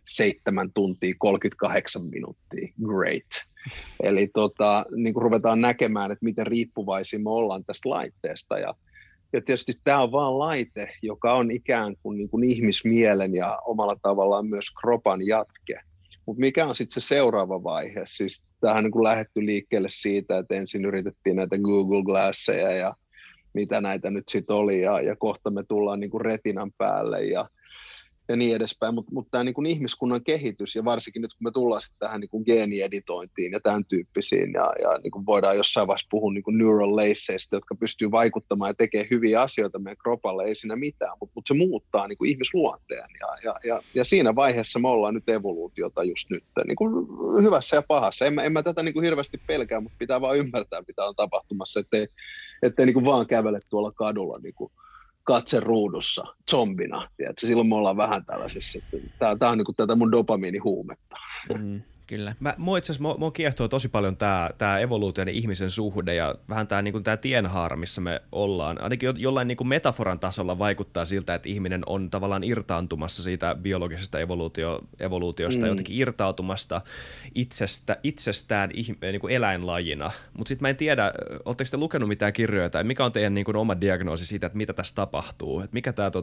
7 tuntia 38 minuuttia, great. Eli niin kuin ruvetaan näkemään, että miten riippuvaisia me ollaan tästä laitteesta, ja tietysti tämä on vaan laite, joka on ikään kuin, ihmismielen ja omalla tavallaan myös kropan jatke. Mutta mikä on sitten se seuraava vaihe? Siis tämähän on niin kuin lähdetty liikkeelle siitä, että ensin yritettiin näitä Google Glasseja ja mitä näitä nyt sitten oli, ja kohta me tullaan niin kuin retinan päälle ja niin edespäin, mutta tämä niin kuin ihmiskunnan kehitys, ja varsinkin nyt kun me tullaan sitten tähän niin kuin geenieditointiin ja tämän tyyppisiin, ja niin kuin voidaan jossain vaiheessa puhua niin kuin neural laceista, jotka pystyy vaikuttamaan ja tekemään hyviä asioita meidän kropalle, ei siinä mitään, mutta se muuttaa niin kuin ihmisluonteen, ja siinä vaiheessa me ollaan nyt evoluutiota just nyt, niin kuin hyvässä ja pahassa. En mä tätä niin kuin hirveästi pelkää, mutta pitää vaan ymmärtää, mitä on tapahtumassa, ettei niin kuin vaan kävele tuolla kadulla niin kuin katse ruudussa, zombina. Tiedätkö? Silloin me ollaan vähän tällaisessa. Tämä on niin kuin tätä mun dopamiinihuumetta. Kyllä. Mua itse asiassa mua kiehtoo tosi paljon tämä evoluution ja ihmisen suhde ja vähän tämä niinku tienhaara, missä me ollaan. Ainakin jollain niinku metaforan tasolla vaikuttaa siltä, että ihminen on tavallaan irtaantumassa siitä biologisesta evoluutiosta, jotenkin irtautumasta itsestään niinku eläinlajina. Mutta sitten mä en tiedä, oletteko te lukenut mitään kirjoja tai mikä on teidän niinku oma diagnoosi siitä, että mitä tässä tapahtuu? Et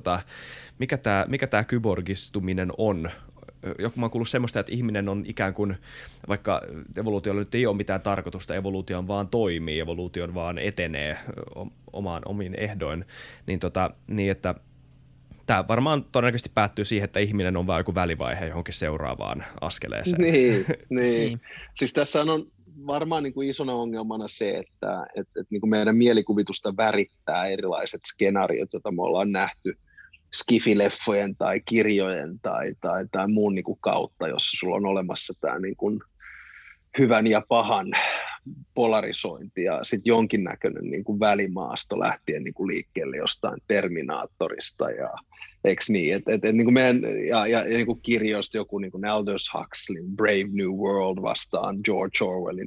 mikä tämä kyborgistuminen on? Joku mä oon kuullut semmoista, että ihminen on ikään kuin, vaikka evoluutiolla nyt ei ole mitään tarkoitusta, evoluutio vaan toimii, evoluutio vaan etenee omiin ehdoin, niin että tämä varmaan todennäköisesti päättyy siihen, että ihminen on vaan joku välivaihe johonkin seuraavaan askeleeseen. Niin. Siis tässä on varmaan niin kuin isona ongelmana se, että niin kuin meidän mielikuvitusta värittää erilaiset skenaariot, joita me ollaan nähty skifileffojen tai kirjojen tai muun niin kuin kautta, jossa sulla on olemassa tämä niin kuin hyvän ja pahan polarisointi ja sitten jonkinnäköinen niin kuin välimaasto lähtien niin kuin liikkeelle jostain Terminaattorista ja eikö niin, että niin kuin meidän ja niin kuin kirjoista joku niin kuin Aldous Huxleyn Brave New World vastaan George Orwellin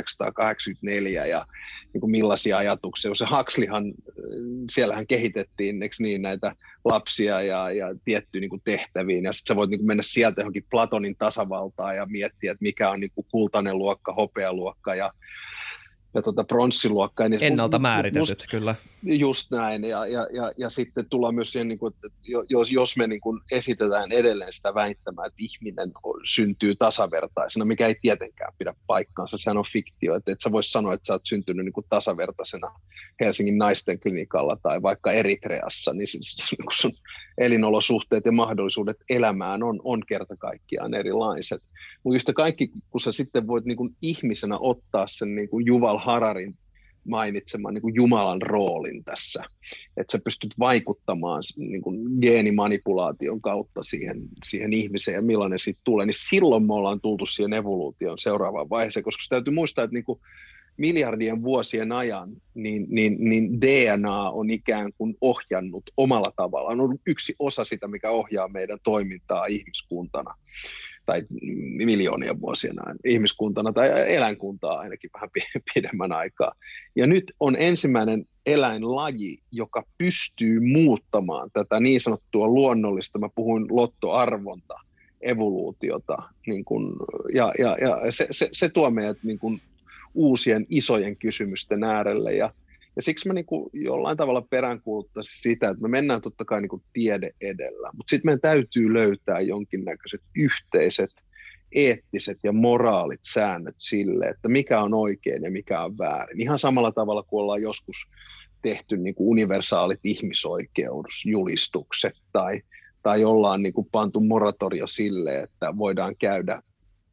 1984 ja niin kuin millaisia ajatuksia. Se Huxleyhan, siellähän kehitettiin eikö niin, näitä lapsia ja tiettyjä niin kuin tehtäviin ja sitten sä voit niin kuin mennä sieltä johonkin Platonin tasavaltaan ja miettiä, että mikä on niin kuin kultainen luokka, hopealuokka ja pronssiluokka. Niin ennalta määritetyt, kyllä. Just näin, ja sitten tullaan myös siihen, että jos me niin kuin esitetään edelleen sitä väittämää, että ihminen syntyy tasavertaisena, mikä ei tietenkään pidä paikkaansa, sehän on fiktio, että et sä vois sanoa, että sä oot syntynyt niin kuin tasavertaisena Helsingin naisten klinikalla tai vaikka Eritreassa, niin sun elinolosuhteet ja mahdollisuudet elämään on kerta kaikkiaan erilaiset. Mutta just kaikki, kun sä sitten voit niin kuin ihmisenä ottaa sen niin kuin Yuval Hararin mainitseman niin kuin Jumalan roolin tässä, että sä pystyt vaikuttamaan niin kuin geenimanipulaation kautta siihen ihmiseen ja millainen siitä tulee, niin silloin me ollaan tultu siihen evoluution seuraavaan vaiheeseen, koska täytyy muistaa, että niin kuin miljardien vuosien ajan niin DNA on ikään kuin ohjannut omalla tavallaan, on ollut yksi osa sitä, mikä ohjaa meidän toimintaa ihmiskuntana tai miljoonien vuosien ajan ihmiskuntana tai eläinkuntaa ainakin vähän pidemmän aikaa. Ja nyt on ensimmäinen eläinlaji, joka pystyy muuttamaan tätä niin sanottua luonnollista, mä puhuin lottoarvonta, evoluutiota, niin kun, ja se tuo meidät niin kun uusien isojen kysymysten äärelle, ja siksi mä niin kuin jollain tavalla peräänkuuluttaisin sitä, että me mennään totta kai niin kuin tiede edellä, mutta sitten meidän täytyy löytää jonkinnäköiset yhteiset eettiset ja moraalit säännöt sille, että mikä on oikein ja mikä on väärin. Ihan samalla tavalla kuin ollaan joskus tehty niin kuin universaalit ihmisoikeusjulistukset tai ollaan niin kuin pantu moratorio sille, että voidaan käydä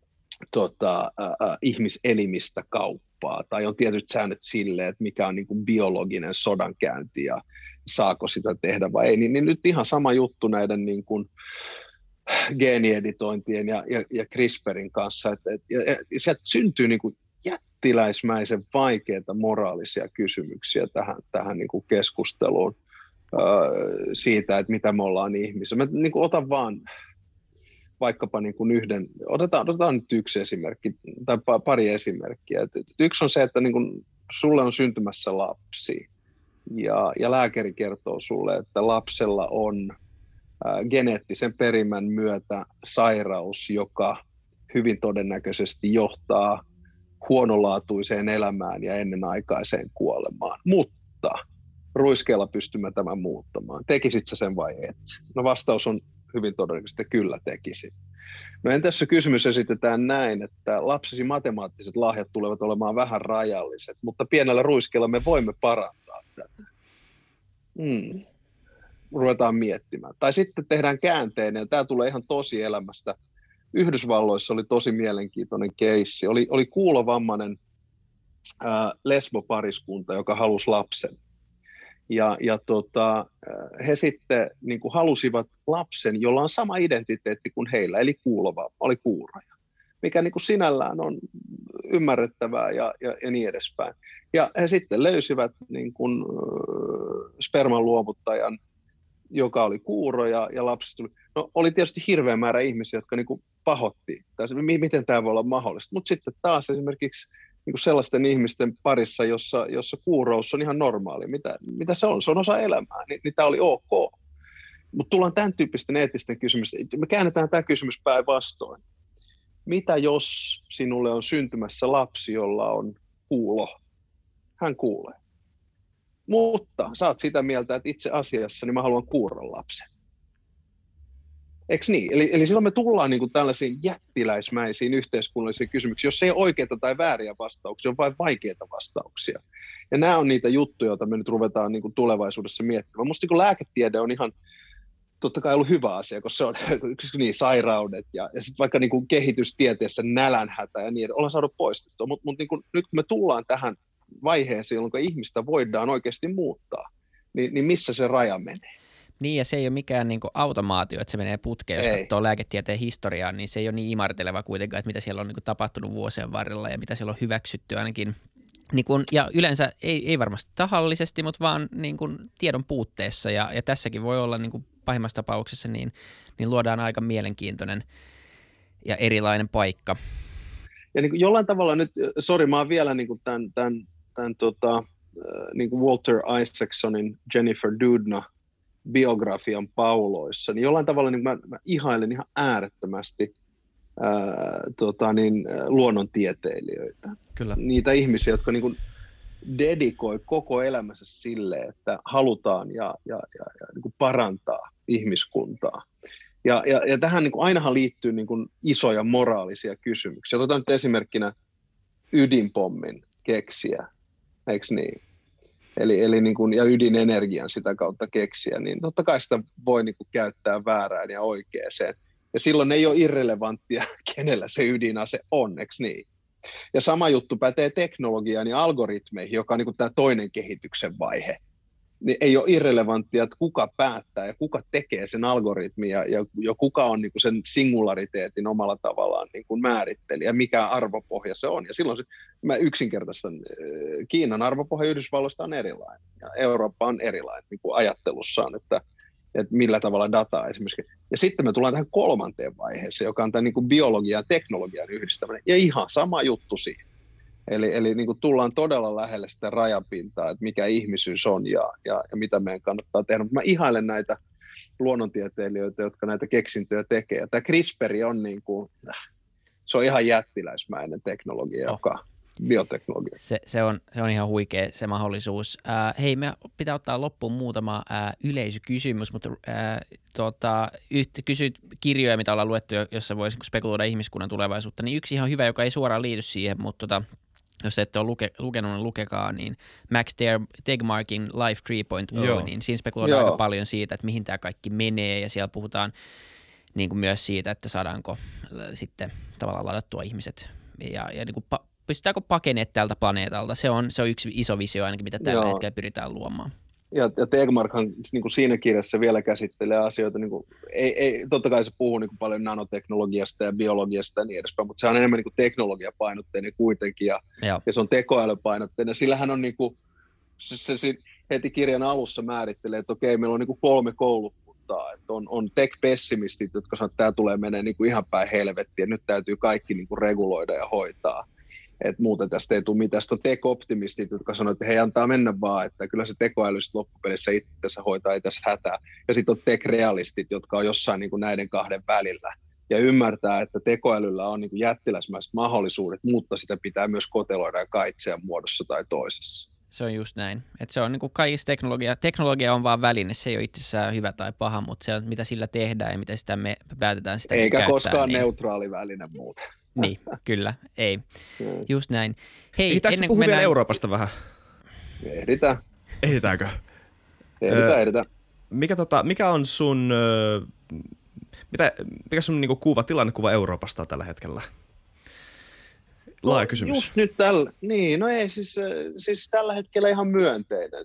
ihmiselimistä kauppaa, tai on tietyt säännöt sille, että mikä on niin kuin biologinen sodankäynti ja saako sitä tehdä vai ei, niin nyt ihan sama juttu näiden niin kuin geenieditointien ja CRISPRin kanssa, että sieltä syntyy niin kuin jättiläismäisen vaikeita moraalisia kysymyksiä tähän niin kuin keskusteluun siitä, että mitä me ollaan ihmisiä. Mä niin kuin otan vaan vaikkapa niin kuin otetaan nyt yksi esimerkki tai pari esimerkkiä. Yksi on se, että niin kuin sulle on syntymässä lapsi ja lääkäri kertoo sulle, että lapsella on geneettisen perimän myötä sairaus, joka hyvin todennäköisesti johtaa huonolaatuiseen elämään ja ennenaikaiseen kuolemaan. Mutta ruiskeella pystymme tämän muuttamaan. Tekisit sä sen vai et? No vastaus on hyvin todennäköisesti kyllä tekisin. No entäs se kysymys esitetään näin, että lapsesi matemaattiset lahjat tulevat olemaan vähän rajalliset, mutta pienellä ruiskeella me voimme parantaa tätä. Ruvetaan miettimään. Tai sitten tehdään käänteinen, ja tämä tulee ihan tosielämästä. Yhdysvalloissa oli tosi mielenkiintoinen keissi. Oli kuulovammainen lesbopariskunta, joka halusi lapsen. Ja he sitten niin kuin halusivat lapsen, jolla on sama identiteetti kuin heillä, eli kuulova, oli kuuroja, mikä niin kuin sinällään on ymmärrettävää ja niin edespäin. Ja he sitten löysivät niin kuin sperman luovuttajan joka oli kuuro ja lapsesta tuli. No oli tietysti hirveä määrä ihmisiä, jotka niin kuin pahotti, tai miten tämä voi olla mahdollista. Mutta sitten taas esimerkiksi niin kuin sellaisten ihmisten parissa, jossa kuurous on ihan normaali, mitä se on osa elämää, niin tämä oli ok. Mutta tullaan tämän tyyppisten eettisten kysymysten, me käännetään tämä kysymys päinvastoin. Mitä jos sinulle on syntymässä lapsi, jolla on kuulo? Hän kuulee. Mutta sä oot sitä mieltä, että itse asiassa niin mä haluan kuuron lapsen. Eikö niin? Eli silloin me tullaan niin kuin tällaisiin jättiläismäisiin yhteiskunnallisiin kysymyksiin, jos ei ole oikeita tai vääriä vastauksia, on vain vaikeita vastauksia. Ja nämä on niitä juttuja, joita me nyt ruvetaan niin kuin tulevaisuudessa miettimään. Musta niin kuin lääketiede on ihan totta kai ollut hyvä asia, koska se on niin, sairaudet ja sitten vaikka niin kuin kehitystieteessä nälänhätä ja niin, ollaan saanut poistettua. Mutta niin kuin, nyt kun me tullaan tähän vaiheeseen, jolloin ihmistä voidaan oikeasti muuttaa, niin missä se raja menee? Niin, ja se ei ole mikään niin kuin automaatio, että se menee putkeen. Jos katsoo lääketieteen historiaa, niin se ei ole niin imarteleva kuitenkaan, että mitä siellä on niin kuin tapahtunut vuosien varrella ja mitä siellä on hyväksytty ainakin. Niin kuin, ja yleensä ei varmasti tahallisesti, mutta vaan niin kuin tiedon puutteessa. Ja tässäkin voi olla niin kuin pahimmassa tapauksessa, niin luodaan aika mielenkiintoinen ja erilainen paikka. Ja niin kuin jollain tavalla nyt, mä oon vielä niin kuin tämän niin kuin Walter Isaacsonin Jennifer Doudna biografian pauloissa, niin jollain tavalla niin mä ihailen ihan äärettömästi luonnontieteilijöitä. Kyllä. Niitä ihmisiä, jotka niin kuin dedikoi koko elämänsä sille, että halutaan ja niin kuin parantaa ihmiskuntaa. Ja tähän niin kuin ainahan liittyy niin kuin isoja moraalisia kysymyksiä. Otetaan nyt esimerkkinä ydinpommin keksiä, eikö niin? Eli niin kuin, ja ydinenergian sitä kautta keksiä, niin totta kai sitä voi niin kuin käyttää väärään ja oikeaan. Ja silloin ei ole irrelevanttia, kenellä se ydinase on, eikö niin? Ja sama juttu pätee teknologiaan ja algoritmeihin, joka on niin kuin tämä toinen kehityksen vaihe. Niin ei ole irrelevanttia, että kuka päättää ja kuka tekee sen algoritmin ja kuka on niin kuin sen singulariteetin omalla tavallaan niin kuin määrittelijä, mikä arvopohja se on. Ja silloin mä yksinkertaistan, Kiinan arvopohja Yhdysvalloista on erilainen ja Eurooppa on erilainen niin kuin ajattelussaan, että millä tavalla dataa esimerkiksi. Ja sitten me tullaan tähän kolmanteen vaiheeseen, joka on tämän niin kuin biologian ja teknologian yhdistäminen. Ja ihan sama juttu siihen. Eli niin kuin tullaan todella lähelle sitä rajapintaa, että mikä ihmisyys on ja mitä meidän kannattaa tehdä. Mutta mä ihailen näitä luonnontieteilijöitä, jotka näitä keksintöjä tekee. Ja tämä CRISPR on, niin kuin, se on ihan jättiläismäinen teknologia, joka bioteknologia. Se on ihan huikea se mahdollisuus. Hei, me pitää ottaa loppuun muutama yleisökysymys, mutta kysyt kirjoja, mitä ollaan luettu, jossa voisi spekuloida ihmiskunnan tulevaisuutta, niin yksi ihan hyvä, joka ei suoraan liity siihen, mutta jos ette ole lukenut, niin lukekaa, niin Max Tegmarkin Life 3.0, niin siinä spekuloidaan aika paljon siitä, että mihin tämä kaikki menee, ja siellä puhutaan niin kuin myös siitä, että saadaanko sitten tavallaan ladattua ihmiset, ja niin kuin pystytäänkö pakeneet tältä planeetalta. Se on yksi iso visio ainakin, mitä tällä hetkellä pyritään luomaan. Ja Tegmarkhan niin kuin siinä kirjassa vielä käsittelee asioita, niin kuin, ei, totta kai se puhuu niin kuin paljon nanoteknologiasta ja biologiasta ja niin edespäin, mutta se on enemmän niin kuin teknologiapainotteinen kuitenkin, ja se on tekoälypainotteinen. Sillähän on, niin kuin, se heti kirjan alussa määrittelee, että okei, meillä on niin kuin 3 koulukuntaa, että on tech-pessimistit, jotka sanoo, että tämä tulee menee niin kuin ihan päin helvettiin, ja nyt täytyy kaikki niin kuin reguloida ja hoitaa. Että muuten tästä ei tule mitään. Sitten on tech-optimistit, jotka sanoo, että hei, antaa mennä vaan, että kyllä se tekoäly loppupelissä itse hoitaa, ei tässä hätää. Ja sitten on tech-realistit, jotka on jossain niin kuin näiden kahden välillä. Ja ymmärtää, että tekoälyllä on niin kuin jättiläismäiset mahdollisuudet, mutta sitä pitää myös koteloida ja kaitsea muodossa tai toisessa. Se on just näin. Että se on niin kuin kaikissa teknologia on vaan väline, se ei ole itsessään hyvä tai paha, mutta se on mitä sillä tehdään ja mitä sitä me päätetään sitä eikä käyttää, koskaan neutraali väline muuten. Niin, kyllä, ei. Just näin. Hei, ehditäänkö ennen kuin vielä Euroopasta vähän? Ehditään. Ehditäänkö? Ehditään. Mikä on sun, mikä sun niinku tilannekuva Euroopasta on tällä hetkellä? Laaja kysymys. Just nyt tällä, niin, no ei siis tällä hetkellä ihan myönteinen.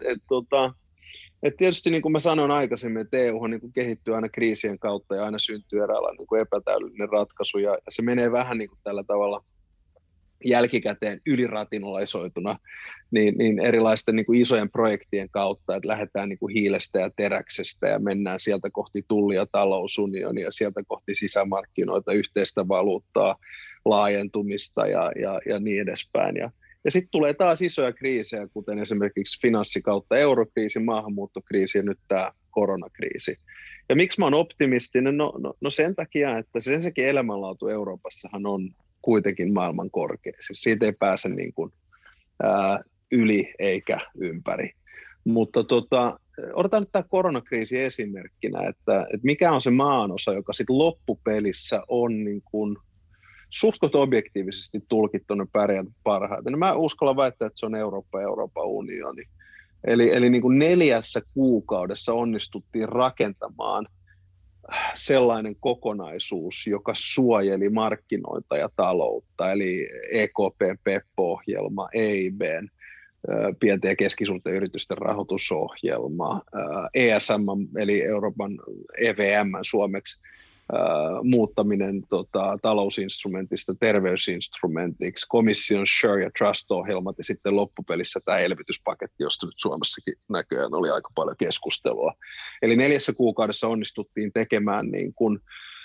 Et tietysti niin kuin mä sanoin aikaisemmin, että EU niin kuin kehittyy aina kriisien kautta ja aina syntyy eräällä niin kuin epätäydellinen ratkaisu ja se menee vähän niin kuin tällä tavalla jälkikäteen ylirationalisoituna niin erilaisten niin kuin isojen projektien kautta, että lähdetään niin kuin hiilestä ja teräksestä ja mennään sieltä kohti tulli- ja talousunionia, sieltä kohti sisämarkkinoita, yhteistä valuuttaa, laajentumista ja niin edespäin. Ja sitten tulee taas isoja kriisejä, kuten esimerkiksi finanssikautta eurokriisi, maahanmuuttokriisi ja nyt tämä koronakriisi. Ja miksi mä oon optimistinen? No sen takia, että se ensinnäkin elämänlaatu Euroopassahan on kuitenkin maailman korkea. Siis siitä ei pääse niin kuin, yli eikä ympäri. Mutta otetaan nyt tämä koronakriisi esimerkkinä, että mikä on se maanosa, joka sitten loppupelissä on niin kuin suhtkot objektiivisesti tulkittuna pärjätä parhaiten. No mä uskallan väittää, että se on Euroopan unioni. Eli niin kuin 4 kuukaudessa onnistuttiin rakentamaan sellainen kokonaisuus, joka suojeli markkinoita ja taloutta, eli EKP:n PEPP-ohjelma, EIB:n pienten ja keskisuurten yritysten rahoitusohjelma, ESM, eli Euroopan EVM suomeksi, muuttaminen talousinstrumentista terveysinstrumentiksi, komission Share ja Trust-ohjelmat ja sitten loppupelissä tämä elvytyspaketti, josta nyt Suomessakin näköjään oli aika paljon keskustelua. Eli 4 kuukaudessa onnistuttiin tekemään niin kuin,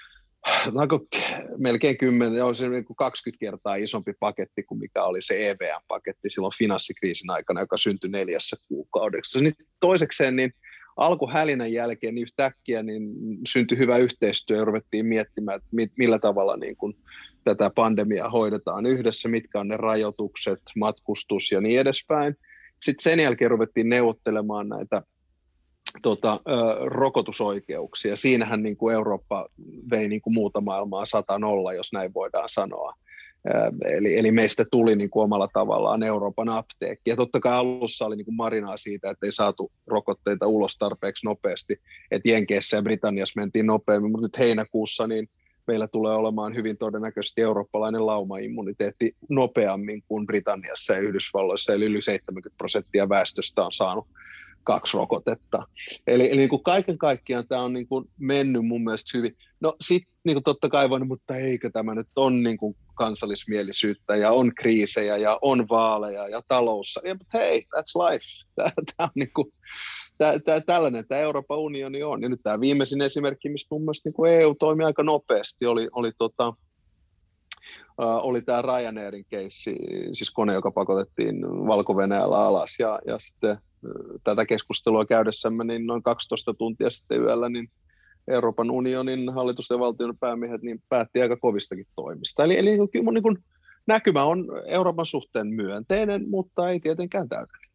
melkein 20 kertaa isompi paketti kuin mikä oli se EVM-paketti silloin finanssikriisin aikana, joka syntyi 4 kuukaudessa. Nyt toisekseen niin alkuhälinän jälkeen niin yhtäkkiä niin syntyi hyvä yhteistyö ja ruvettiin miettimään, että millä tavalla niin kuin tätä pandemiaa hoidetaan yhdessä, mitkä on ne rajoitukset, matkustus ja niin edespäin. Sitten sen jälkeen ruvettiin neuvottelemaan näitä rokotusoikeuksia. Siinähän niin kuin Eurooppa vei niin kuin muuta maailmaa 100-0, jos näin voidaan sanoa. Eli meistä tuli niin kuin omalla tavallaan Euroopan apteekki. Ja totta kai alussa oli niin kuin marinaa siitä, että ei saatu rokotteita ulos tarpeeksi nopeasti. Että Jenkeissä ja Britanniassa mentiin nopeammin, mutta nyt heinäkuussa niin meillä tulee olemaan hyvin todennäköisesti eurooppalainen laumaimmuniteetti nopeammin kuin Britanniassa ja Yhdysvalloissa. Eli yli 70% väestöstä on saanut 2 rokotetta. Eli niin kuin kaiken kaikkiaan tämä on niin kuin mennyt mun mielestä hyvin. No sitten niin totta kai voin, mutta eikö tämä nyt on niin kuin kansallismielisyyttä ja on kriisejä ja on vaaleja ja talous. Ja, but hey, that's life. Tämä on niin kuin, tällainen tämä Euroopan unioni on. Ja nyt tämä viimeisin esimerkki, mistä mun mielestä niin kuin EU toimi aika nopeasti, oli tämä Ryanairin keissi, siis kone, joka pakotettiin Valko-Venäjällä alas ja sitten tätä keskustelua käydessämme niin noin 12 tuntia sitten yöllä niin Euroopan unionin hallitus- ja valtion päämiehet niin päätti aika kovistakin toimista. Eli mun niin kuin näkymä on Euroopan suhteen myönteinen, mutta ei tietenkään täydellinen.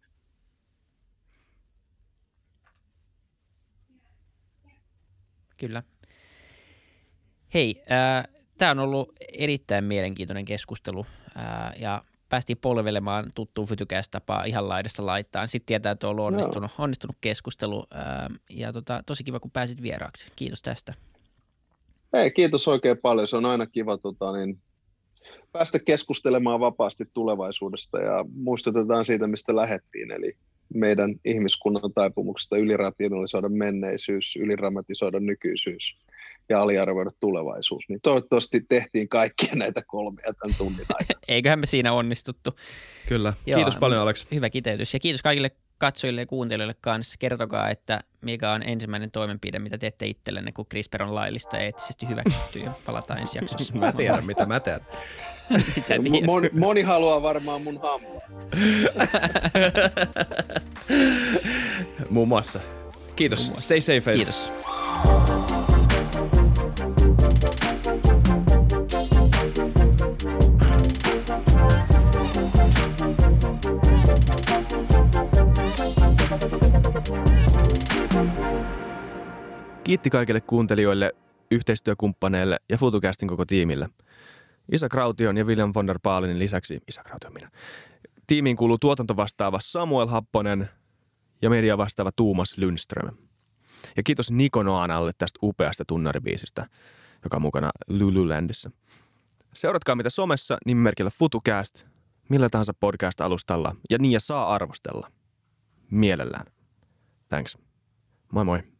Kyllä. Hei, tämä on ollut erittäin mielenkiintoinen keskustelu ja päästiin polvelemaan tuttuun Fytycast-tapaa ihan laidasta laittaan. Sitten tietää, että on ollut onnistunut keskustelu ja tosi kiva, kun pääsit vieraaksi. Kiitos tästä. Hei, kiitos oikein paljon. Se on aina kiva päästä keskustelemaan vapaasti tulevaisuudesta ja muistutetaan siitä, mistä lähdettiin. Eli meidän ihmiskunnan taipumuksesta ylirationalisoida menneisyys, yliramatisoida nykyisyys ja aliarvioida tulevaisuus. Niin toivottavasti tehtiin kaikkia näitä 3 tämän tunnin aikana. Eiköhän me siinä onnistuttu. Kyllä. Joo, kiitos paljon, Alex. Hyvä kiteytys. Ja kiitos kaikille katsojille ja kuuntelijoille kanssa. Kertokaa, että mikä on ensimmäinen toimenpide, mitä teette itsellenne, kun CRISPR on laillista ja eettisesti hyväksytty. Ja palataan ensi jaksossa. Mä tiedän, mitä mä teen. Moni haluaa varmaan mun hampaa. Muun muassa. Kiitos. Stay safe. Kiitos. Kiitti kaikille kuuntelijoille, yhteistyökumppaneille ja FutuCastin koko tiimille. Isa Kraution ja William von der Baalinin lisäksi, Isa Krautio minä, tiimiin kuuluu tuotantovastaava Samuel Happonen ja media vastaava Tuomas Lundström. Ja kiitos Niko Noanalle tästä upeasta tunnaribiisistä, joka on mukana Lululandissa. Seuratkaa mitä somessa nimimerkillä FutuCast, millä tahansa podcast-alustalla ja saa arvostella. Mielellään. Thanks. Moi moi.